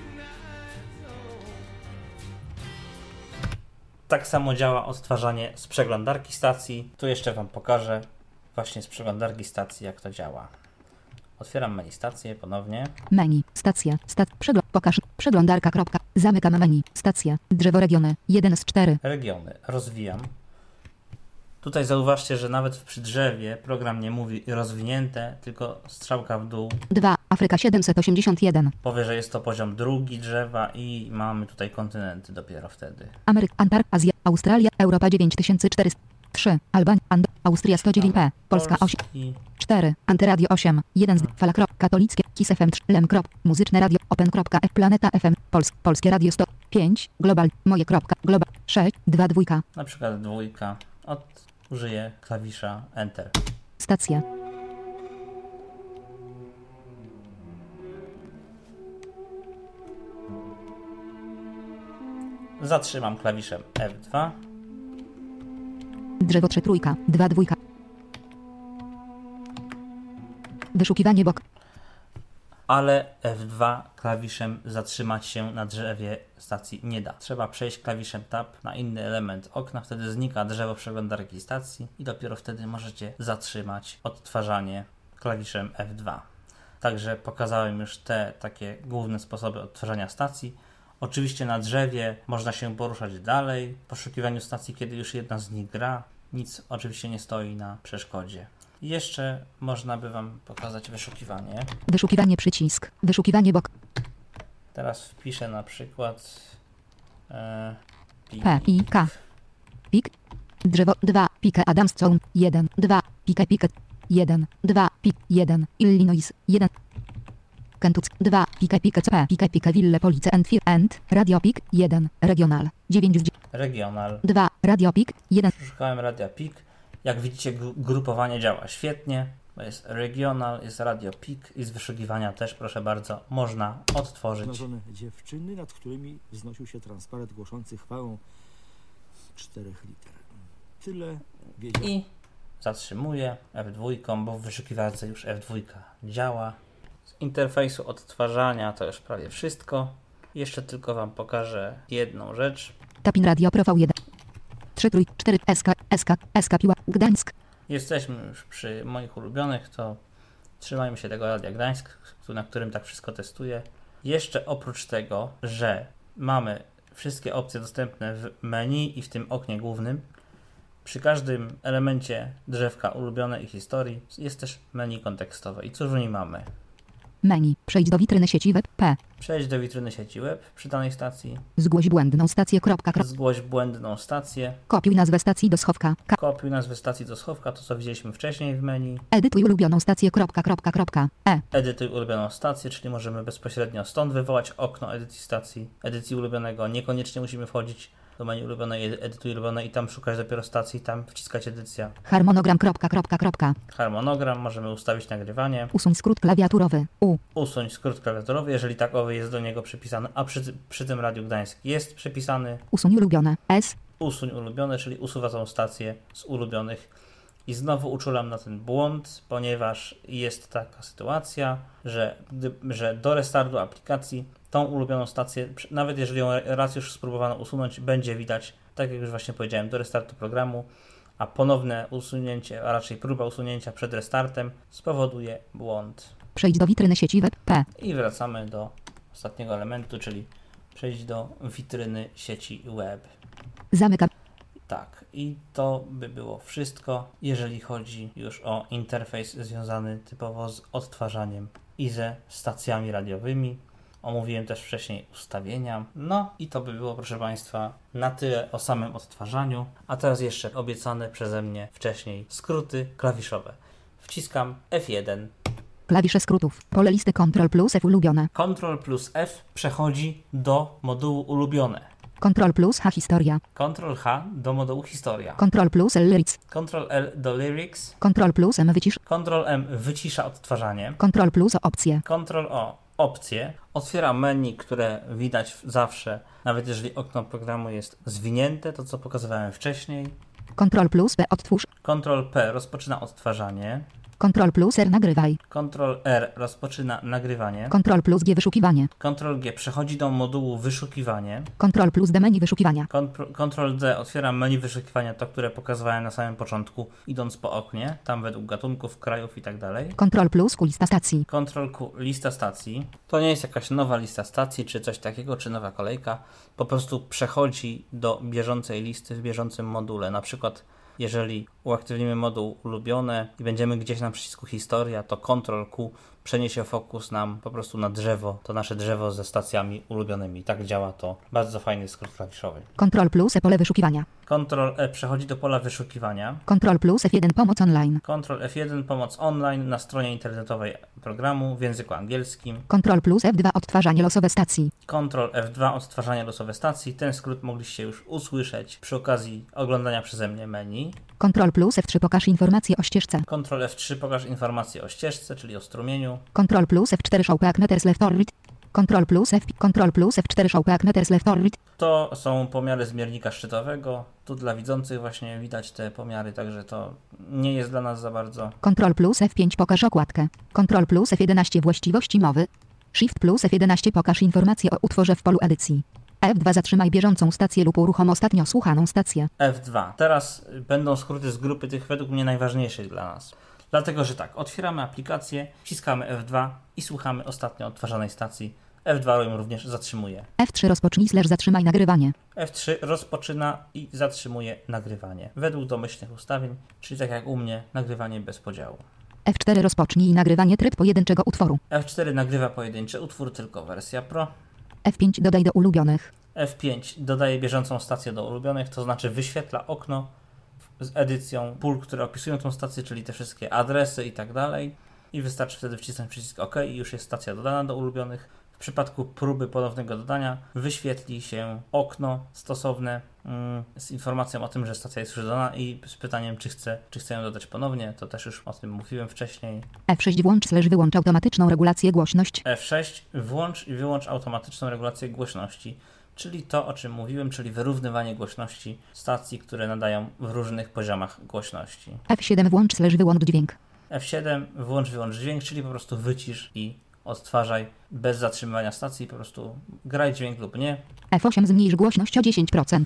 Tak samo działa odtwarzanie z przeglądarki stacji. Tu jeszcze Wam pokażę właśnie z przeglądarki stacji, jak to działa. Otwieram menu stację ponownie. Menu. Stacja. Pokaż. Przeglądarka. Zamykam menu. Stacja. Drzewo regiony. 1 z 4. Regiony. Rozwijam. Tutaj zauważcie, że nawet w przydrzewie program nie mówi rozwinięte, tylko strzałka w dół. 2. Afryka 781. Powyżej jest to poziom drugi drzewa i mamy tutaj kontynenty dopiero wtedy. Azja. Australia. Europa 9400. 3. Albania. Austria 109p. Polska 8. Polski. 4. Antyradio 8. 1 z Fala. Katolickie. KIS FM 3. Lem. Muzyczne radio. Open.f. Planeta FM. Polskie Radio 105. Global. Moje. Global. 6. 2 2. Na przykład dwójka. Użyję klawisza Enter. Stacja. zatrzymam klawiszem F2. Drzewo 3 trójka, 2 dwójka. Wyszukiwanie bok. Ale F2 klawiszem zatrzymać się na drzewie stacji nie da. Trzeba przejść klawiszem Tab na inny element okna, wtedy znika drzewo w przeglądarki stacji i dopiero wtedy możecie zatrzymać odtwarzanie klawiszem F2. Także pokazałem już te takie główne sposoby odtwarzania stacji. Oczywiście na drzewie można się poruszać dalej w poszukiwaniu stacji, kiedy już jedna z nich gra. Nic oczywiście nie stoi na przeszkodzie. Jeszcze można by Wam pokazać wyszukiwanie. Wyszukiwanie przycisk. Wyszukiwanie bok. Teraz wpiszę na przykład P, I, K. Pik. Drzewo 2. Pike Adamstown 1. 2. Pike Picket 1. 2. Pik 1. Illinois 1. Kentucky 2. Pike Picket P. Pike Pike Ville Police and Fire and Radio Pik 1. Regional 9 z 10. Regional. 2. Radio Pik 1. Szukałem Radia Pik. Jak widzicie, grupowanie działa świetnie. Bo jest Regional, jest Radio Pik i z wyszukiwania też, proszę bardzo, można odtworzyć. Obnażone dziewczyny, nad którymi wznosił się transparent głoszący chwałę 4 liter. Tyle wiedział. I zatrzymuję F2, bo w wyszukiwarce już F2 działa. Z interfejsu odtwarzania to już prawie wszystko. Jeszcze tylko Wam pokażę jedną rzecz. Tapin Radio Profał 1. 3 trój 4 SK Piła Gdańsk. Jesteśmy już przy moich ulubionych, to trzymajmy się tego Radia Gdańsk, na którym tak wszystko testuję. Jeszcze oprócz tego, że mamy wszystkie opcje dostępne w menu i w tym oknie głównym, przy każdym elemencie drzewka ulubione i historii jest też menu kontekstowe. I cóż w nim mamy? Menu. Przejdź do witryny sieci web. P. Przejdź do witryny sieci web przy danej stacji. Zgłoś błędną stację. Zgłoś błędną stację. Kopiuj nazwę stacji do schowka. Kopiuj nazwę stacji do schowka, to co widzieliśmy wcześniej w menu. Edytuj ulubioną stację. E. Edytuj ulubioną stację, czyli możemy bezpośrednio stąd wywołać okno edycji stacji, edycji ulubionego. Niekoniecznie musimy wchodzić do menu ulubionej, edytuj ulubionej i tam szukać dopiero stacji, tam wciskać edycja. Harmonogram. Harmonogram, możemy ustawić nagrywanie. Usuń skrót klawiaturowy. U. Usuń skrót klawiaturowy, jeżeli takowy jest do niego przypisany, a przy tym Radiu Gdańsk jest przypisany. Usuń ulubione. S. Usuń ulubione, czyli usuwa tą stację z ulubionych. I znowu uczulam na ten błąd, ponieważ jest taka sytuacja, że do restartu aplikacji tą ulubioną stację, nawet jeżeli ją raz już spróbowano usunąć, będzie widać, tak jak już właśnie powiedziałem, do restartu programu, a ponowne usunięcie, a raczej próba usunięcia przed restartem spowoduje błąd. Przejdź do witryny sieci web. P. I wracamy do ostatniego elementu, czyli przejść do witryny sieci web. Zamykam. Tak, i to by było wszystko, jeżeli chodzi już o interfejs związany typowo z odtwarzaniem i ze stacjami radiowymi. Omówiłem też wcześniej ustawienia. No i to by było, proszę Państwa, na tyle o samym odtwarzaniu. A teraz jeszcze obiecane przeze mnie wcześniej skróty klawiszowe. Wciskam F1. Klawisze skrótów. Pole listy Ctrl plus F ulubione. Ctrl plus F przechodzi do modułu ulubione. Ctrl plus H historia. Ctrl H do modułu historia. Ctrl plus L lyrics. Ctrl L do lyrics. Ctrl plus M wycisz. Ctrl M wycisza odtwarzanie. Ctrl plus O opcje. Ctrl O opcje. Otwiera menu, które widać zawsze, nawet jeżeli okno programu jest zwinięte, to co pokazywałem wcześniej. Ctrl plus P odtwórz. Ctrl P rozpoczyna odtwarzanie. Ctrl plus R nagrywaj. Ctrl R rozpoczyna nagrywanie. Ctrl plus G wyszukiwanie. Ctrl G przechodzi do modułu wyszukiwanie. Ctrl plus D menu wyszukiwania. Ctrl D otwiera menu wyszukiwania, to które pokazywałem na samym początku, idąc po oknie, tam według gatunków, krajów i tak dalej. Ctrl plus Q lista stacji. Ctrl Q lista stacji. To nie jest jakaś nowa lista stacji, czy coś takiego, czy nowa kolejka. Po prostu przechodzi do bieżącej listy w bieżącym module. Na przykład jeżeli uaktywnimy moduł ulubione i będziemy gdzieś na przycisku historia, to Ctrl Q przeniesie fokus nam po prostu na drzewo, to nasze drzewo ze stacjami ulubionymi. Tak działa to. Bardzo fajny skrót klawiszowy. Ctrl plus E pole wyszukiwania. Ctrl E przechodzi do pola wyszukiwania. Ctrl plus F1 pomoc online. Ctrl F1 pomoc online na stronie internetowej programu w języku angielskim. Ctrl plus F2 odtwarzanie losowe stacji. Ctrl F2 odtwarzanie losowe stacji. Ten skrót mogliście już usłyszeć przy okazji oglądania przeze mnie menu. Ctrl plus F3 pokaż informacje o ścieżce. Ctrl F3 pokaż informacje o ścieżce, czyli o strumieniu. Ctrl plus F4 show back meters left or right. Ctrl plus F4 show back meters left or right. To są pomiary zmiernika szczytowego. Tu dla widzących właśnie widać te pomiary, także to nie jest dla nas za bardzo. Ctrl plus F5 pokaż okładkę. Ctrl plus F11 właściwości mowy. Shift plus F11 pokaż informacje o utworze w polu edycji. F2 zatrzymaj bieżącą stację lub uruchom ostatnio słuchaną stację. F2. Teraz będą skróty z grupy tych według mnie najważniejszych dla nas. Dlatego, że tak, otwieramy aplikację, wciskamy F2 i słuchamy ostatnio odtwarzanej stacji. F2 ją również zatrzymuje. F3 rozpocznij / zatrzymaj nagrywanie. F3 rozpoczyna i zatrzymuje nagrywanie. Według domyślnych ustawień, czyli tak jak u mnie, nagrywanie bez podziału. F4 rozpocznij nagrywanie tryb pojedynczego utworu. F4 nagrywa pojedynczy utwór, tylko wersja Pro. F5 dodaj do ulubionych. F5 dodaje bieżącą stację do ulubionych, to znaczy wyświetla okno z edycją pól, które opisują tą stację, czyli te wszystkie adresy i tak dalej. I wystarczy wtedy wcisnąć przycisk OK i już jest stacja dodana do ulubionych. W przypadku próby ponownego dodania wyświetli się okno stosowne z informacją o tym, że stacja jest już dodana i z pytaniem, czy chcę ją dodać ponownie. To też już o tym mówiłem wcześniej. F6 włącz / wyłącz automatyczną regulację głośność. F6 włącz i wyłącz automatyczną regulację głośności, czyli to, o czym mówiłem, czyli wyrównywanie głośności stacji, które nadają w różnych poziomach głośności. F7 włącz / wyłącz dźwięk. F7 włącz, wyłącz dźwięk, czyli po prostu wycisz i odtwarzaj bez zatrzymywania stacji, po prostu graj dźwięk lub nie. F8 zmniejsz głośność o 10%.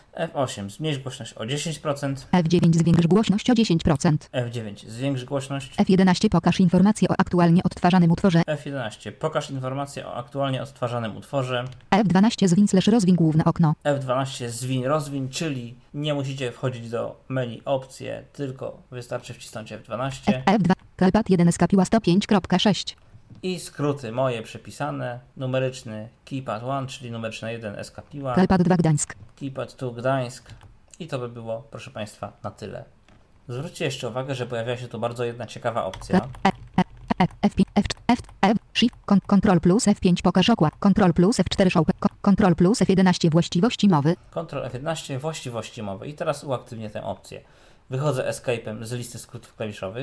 F8 zmniejsz głośność o 10%. F9 zwiększ głośność o 10%. F9 zwiększ głośność. F11 pokaż informacje o aktualnie odtwarzanym utworze. F11 pokaż informacje o aktualnie odtwarzanym utworze. F12 zwiń / rozwiń główne okno. F12 zwiń, rozwiń, czyli nie musicie wchodzić do menu opcje, tylko wystarczy wcisnąć F12. F2 Keypad 1 skapiła 105.6. I skróty moje przepisane. Numeryczny Keypad 1, czyli numeryczna 1 Escapiła. Keypad 2 Gdańsk. Keypad 2 Gdańsk. I to by było, proszę Państwa, na tyle. Zwróćcie jeszcze uwagę, że pojawiła się tu bardzo jedna ciekawa opcja. F5 F Shift Ctrl plus F5 pokaż okładkę. Ctrl plus F4 show. Ctrl plus F11 właściwości mowy. Ctrl F11 właściwości mowy. I teraz uaktywnię tę opcję. Wychodzę Escape'em z listy skrótów klawiszowych.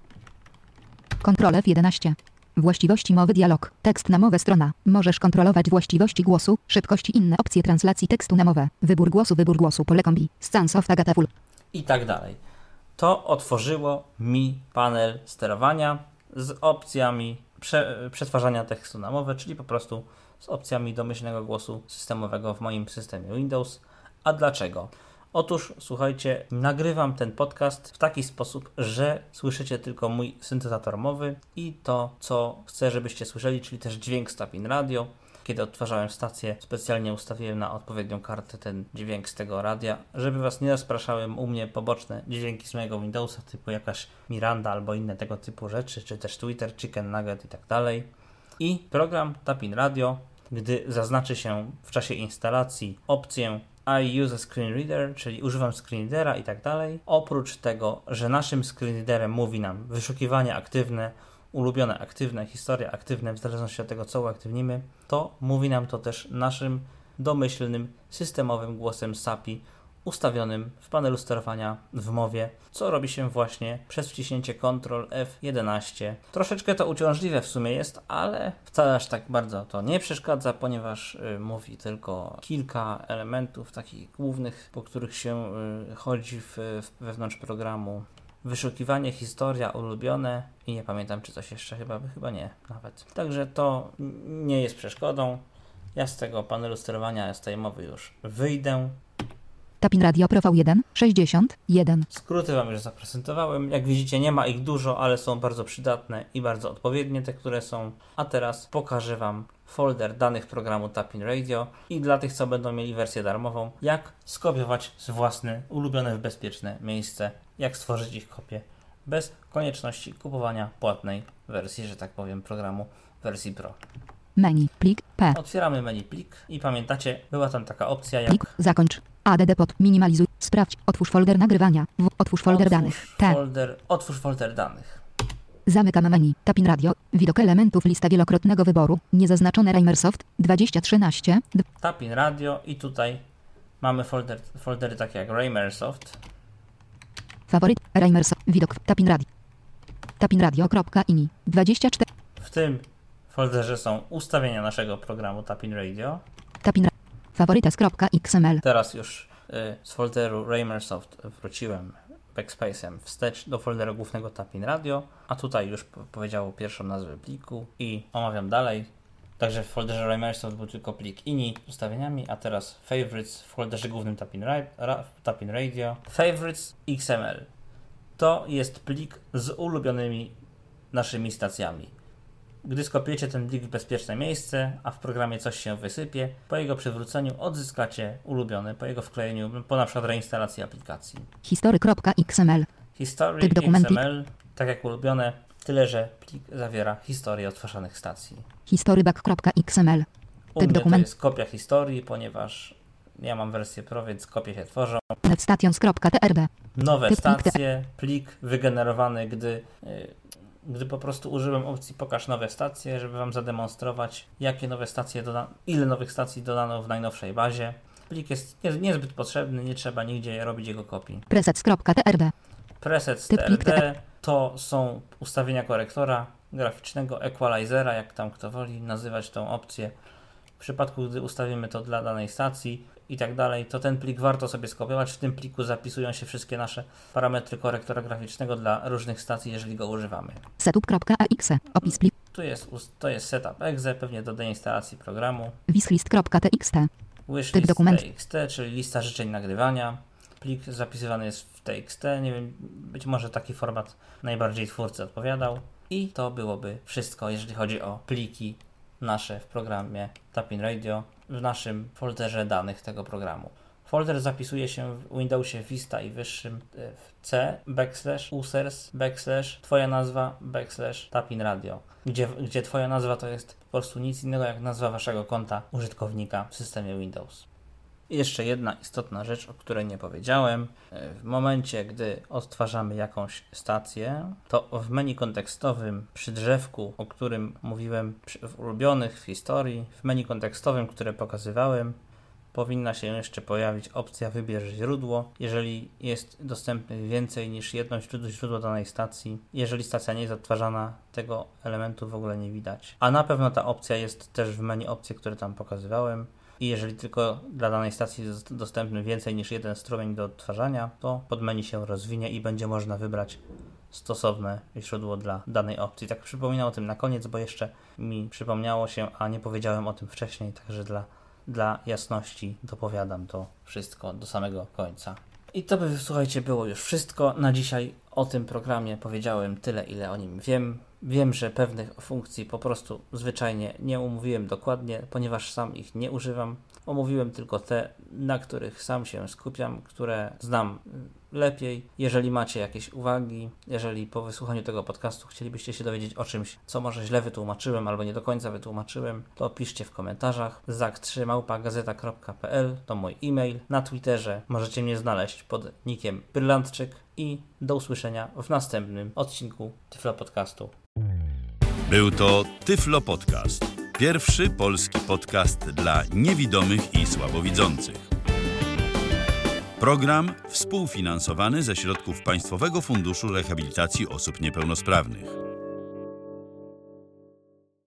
Ctrl F11. Właściwości mowy dialog. Tekst na mowę strona. Możesz kontrolować właściwości głosu, szybkość i inne opcje translacji tekstu na mowę. Wybór głosu pole kombi. Scansoft Agata Full. I tak dalej. To otworzyło mi panel sterowania z opcjami przetwarzania tekstu na mowę, czyli po prostu z opcjami domyślnego głosu systemowego w moim systemie Windows. A dlaczego? Otóż, słuchajcie, nagrywam ten podcast w taki sposób, że słyszycie tylko mój syntezator mowy i to, co chcę, żebyście słyszeli, czyli też dźwięk z Tapin Radio. Kiedy odtwarzałem stację, specjalnie ustawiłem na odpowiednią kartę ten dźwięk z tego radia, żeby Was nie rozpraszały u mnie poboczne dźwięki z mojego Windowsa, typu jakaś Miranda albo inne tego typu rzeczy, czy też Twitter, Chicken Nugget i tak dalej. I program Tapin Radio, gdy zaznaczy się w czasie instalacji opcję I use a screen reader, czyli używam screen readera i tak dalej. Oprócz tego, że naszym screen readerem mówi nam wyszukiwanie aktywne, ulubione aktywne, historie aktywne, w zależności od tego, co uaktywnimy, to mówi nam to też naszym domyślnym, systemowym głosem SAPI ustawionym w panelu sterowania w mowie, co robi się właśnie przez wciśnięcie Ctrl F11. Troszeczkę to uciążliwe w sumie jest, ale wcale aż tak bardzo to nie przeszkadza, ponieważ mówi tylko kilka elementów takich głównych, po których się chodzi wewnątrz programu. Wyszukiwanie, historia, ulubione i nie pamiętam, czy coś jeszcze, chyba nie nawet. Także to nie jest przeszkodą. Ja z tego panelu sterowania, z tej mowy już wyjdę. Tapin Radio Pro V1 61. Skróty Wam już zaprezentowałem. Jak widzicie, nie ma ich dużo, ale są bardzo przydatne i bardzo odpowiednie te, które są. A teraz pokażę Wam folder danych programu Tapin Radio i dla tych, co będą mieli wersję darmową, jak skopiować z własne, ulubione w bezpieczne miejsce, jak stworzyć ich kopię bez konieczności kupowania płatnej wersji, że tak powiem, programu wersji Pro. Menu, plik, P. Otwieramy menu plik i pamiętacie, była tam taka opcja jak Plik, zakończ. ADD pod, minimalizuj, sprawdź, otwórz folder nagrywania, otwórz folder danych, T. Otwórz folder danych. Zamykam menu, Tapin Radio, widok elementów, lista wielokrotnego wyboru, niezaznaczone Raymersoft, 2013. Tapin Radio i tutaj mamy foldery takie jak Raymersoft. Faworyt, Raymersoft, widok, Tapin Radio. Tapinradio.ini, 24. W tym folderze są ustawienia naszego programu Tapin Radio. Favoritas.xml. Teraz już z folderu Raymersoft wróciłem backspace'em wstecz do folderu głównego Tapin Radio, a tutaj już powiedziało pierwszą nazwę pliku i omawiam dalej. Także w folderze Raymersoft był tylko plik ini z ustawieniami, a teraz Favorites w folderze głównym Tapin Radio. Favorites XML. To jest plik z ulubionymi naszymi stacjami. Gdy skopiujecie ten plik w bezpieczne miejsce, a w programie coś się wysypie, po jego przywróceniu odzyskacie ulubiony, po jego wklejeniu, po na przykład reinstalacji aplikacji. History.xml. History.xml, tak jak ulubione, tyle że plik zawiera historię odtwarzanych stacji. Historyback.xml. U mnie to jest kopia historii, ponieważ ja mam wersję Pro, więc kopie się tworzą. Netstations.trd. Nowe stacje, plik wygenerowany, gdy po prostu użyłem opcji pokaż nowe stacje, żeby Wam zademonstrować, jakie nowe stacje ile nowych stacji dodano w najnowszej bazie. Plik jest niezbyt potrzebny, nie trzeba nigdzie robić jego kopii. Presets.trd. Presets.trd to są ustawienia korektora graficznego, equalizera, jak tam kto woli nazywać tą opcję. W przypadku, gdy ustawimy to dla danej stacji i tak dalej, to ten plik warto sobie skopiować. W tym pliku zapisują się wszystkie nasze parametry korektora graficznego dla różnych stacji, jeżeli go używamy. Setup.exe. Opis pliku. To jest setup.exe, pewnie do deinstalacji programu. Wishlist.txt. Wishlist.txt, czyli lista życzeń nagrywania. Plik zapisywany jest w TXT, nie wiem, być może taki format najbardziej twórcy odpowiadał. I to byłoby wszystko, jeżeli chodzi o pliki nasze w programie Tapin Radio, w naszym folderze danych tego programu. Folder zapisuje się w Windowsie Vista i wyższym w C, /users, twoja nazwa, /Tapin Radio, gdzie twoja nazwa to jest po prostu nic innego jak nazwa waszego konta użytkownika w systemie Windows. I jeszcze jedna istotna rzecz, o której nie powiedziałem. W momencie, gdy odtwarzamy jakąś stację, to w menu kontekstowym przy drzewku, o którym mówiłem w ulubionych w historii, w menu kontekstowym, które pokazywałem, powinna się jeszcze pojawić opcja wybierz źródło, jeżeli jest dostępnych więcej niż jedno źródło danej stacji. Jeżeli stacja nie jest odtwarzana, tego elementu w ogóle nie widać. A na pewno ta opcja jest też w menu opcji, które tam pokazywałem. I jeżeli tylko dla danej stacji jest dostępny więcej niż jeden strumień do odtwarzania, to pod menu się rozwinie i będzie można wybrać stosowne źródło dla danej opcji. Tak przypominam o tym na koniec, bo jeszcze mi przypomniało się, a nie powiedziałem o tym wcześniej, także dla jasności dopowiadam to wszystko do samego końca. I to by, słuchajcie, było już wszystko na dzisiaj. O tym programie powiedziałem tyle, ile o nim wiem. Wiem, że pewnych funkcji po prostu zwyczajnie nie omówiłem dokładnie, ponieważ sam ich nie używam. Omówiłem tylko te, na których sam się skupiam, które znam lepiej. Jeżeli macie jakieś uwagi, jeżeli po wysłuchaniu tego podcastu chcielibyście się dowiedzieć o czymś, co może źle wytłumaczyłem albo nie do końca wytłumaczyłem, to piszcie w komentarzach. zak3@gazeta.pl to mój e-mail. Na Twitterze możecie mnie znaleźć pod nickiem Brylantczyk i do usłyszenia w następnym odcinku Tyflo Podcastu. Był to Tyflo Podcast. Pierwszy polski podcast dla niewidomych i słabowidzących. Program współfinansowany ze środków Państwowego Funduszu Rehabilitacji Osób Niepełnosprawnych.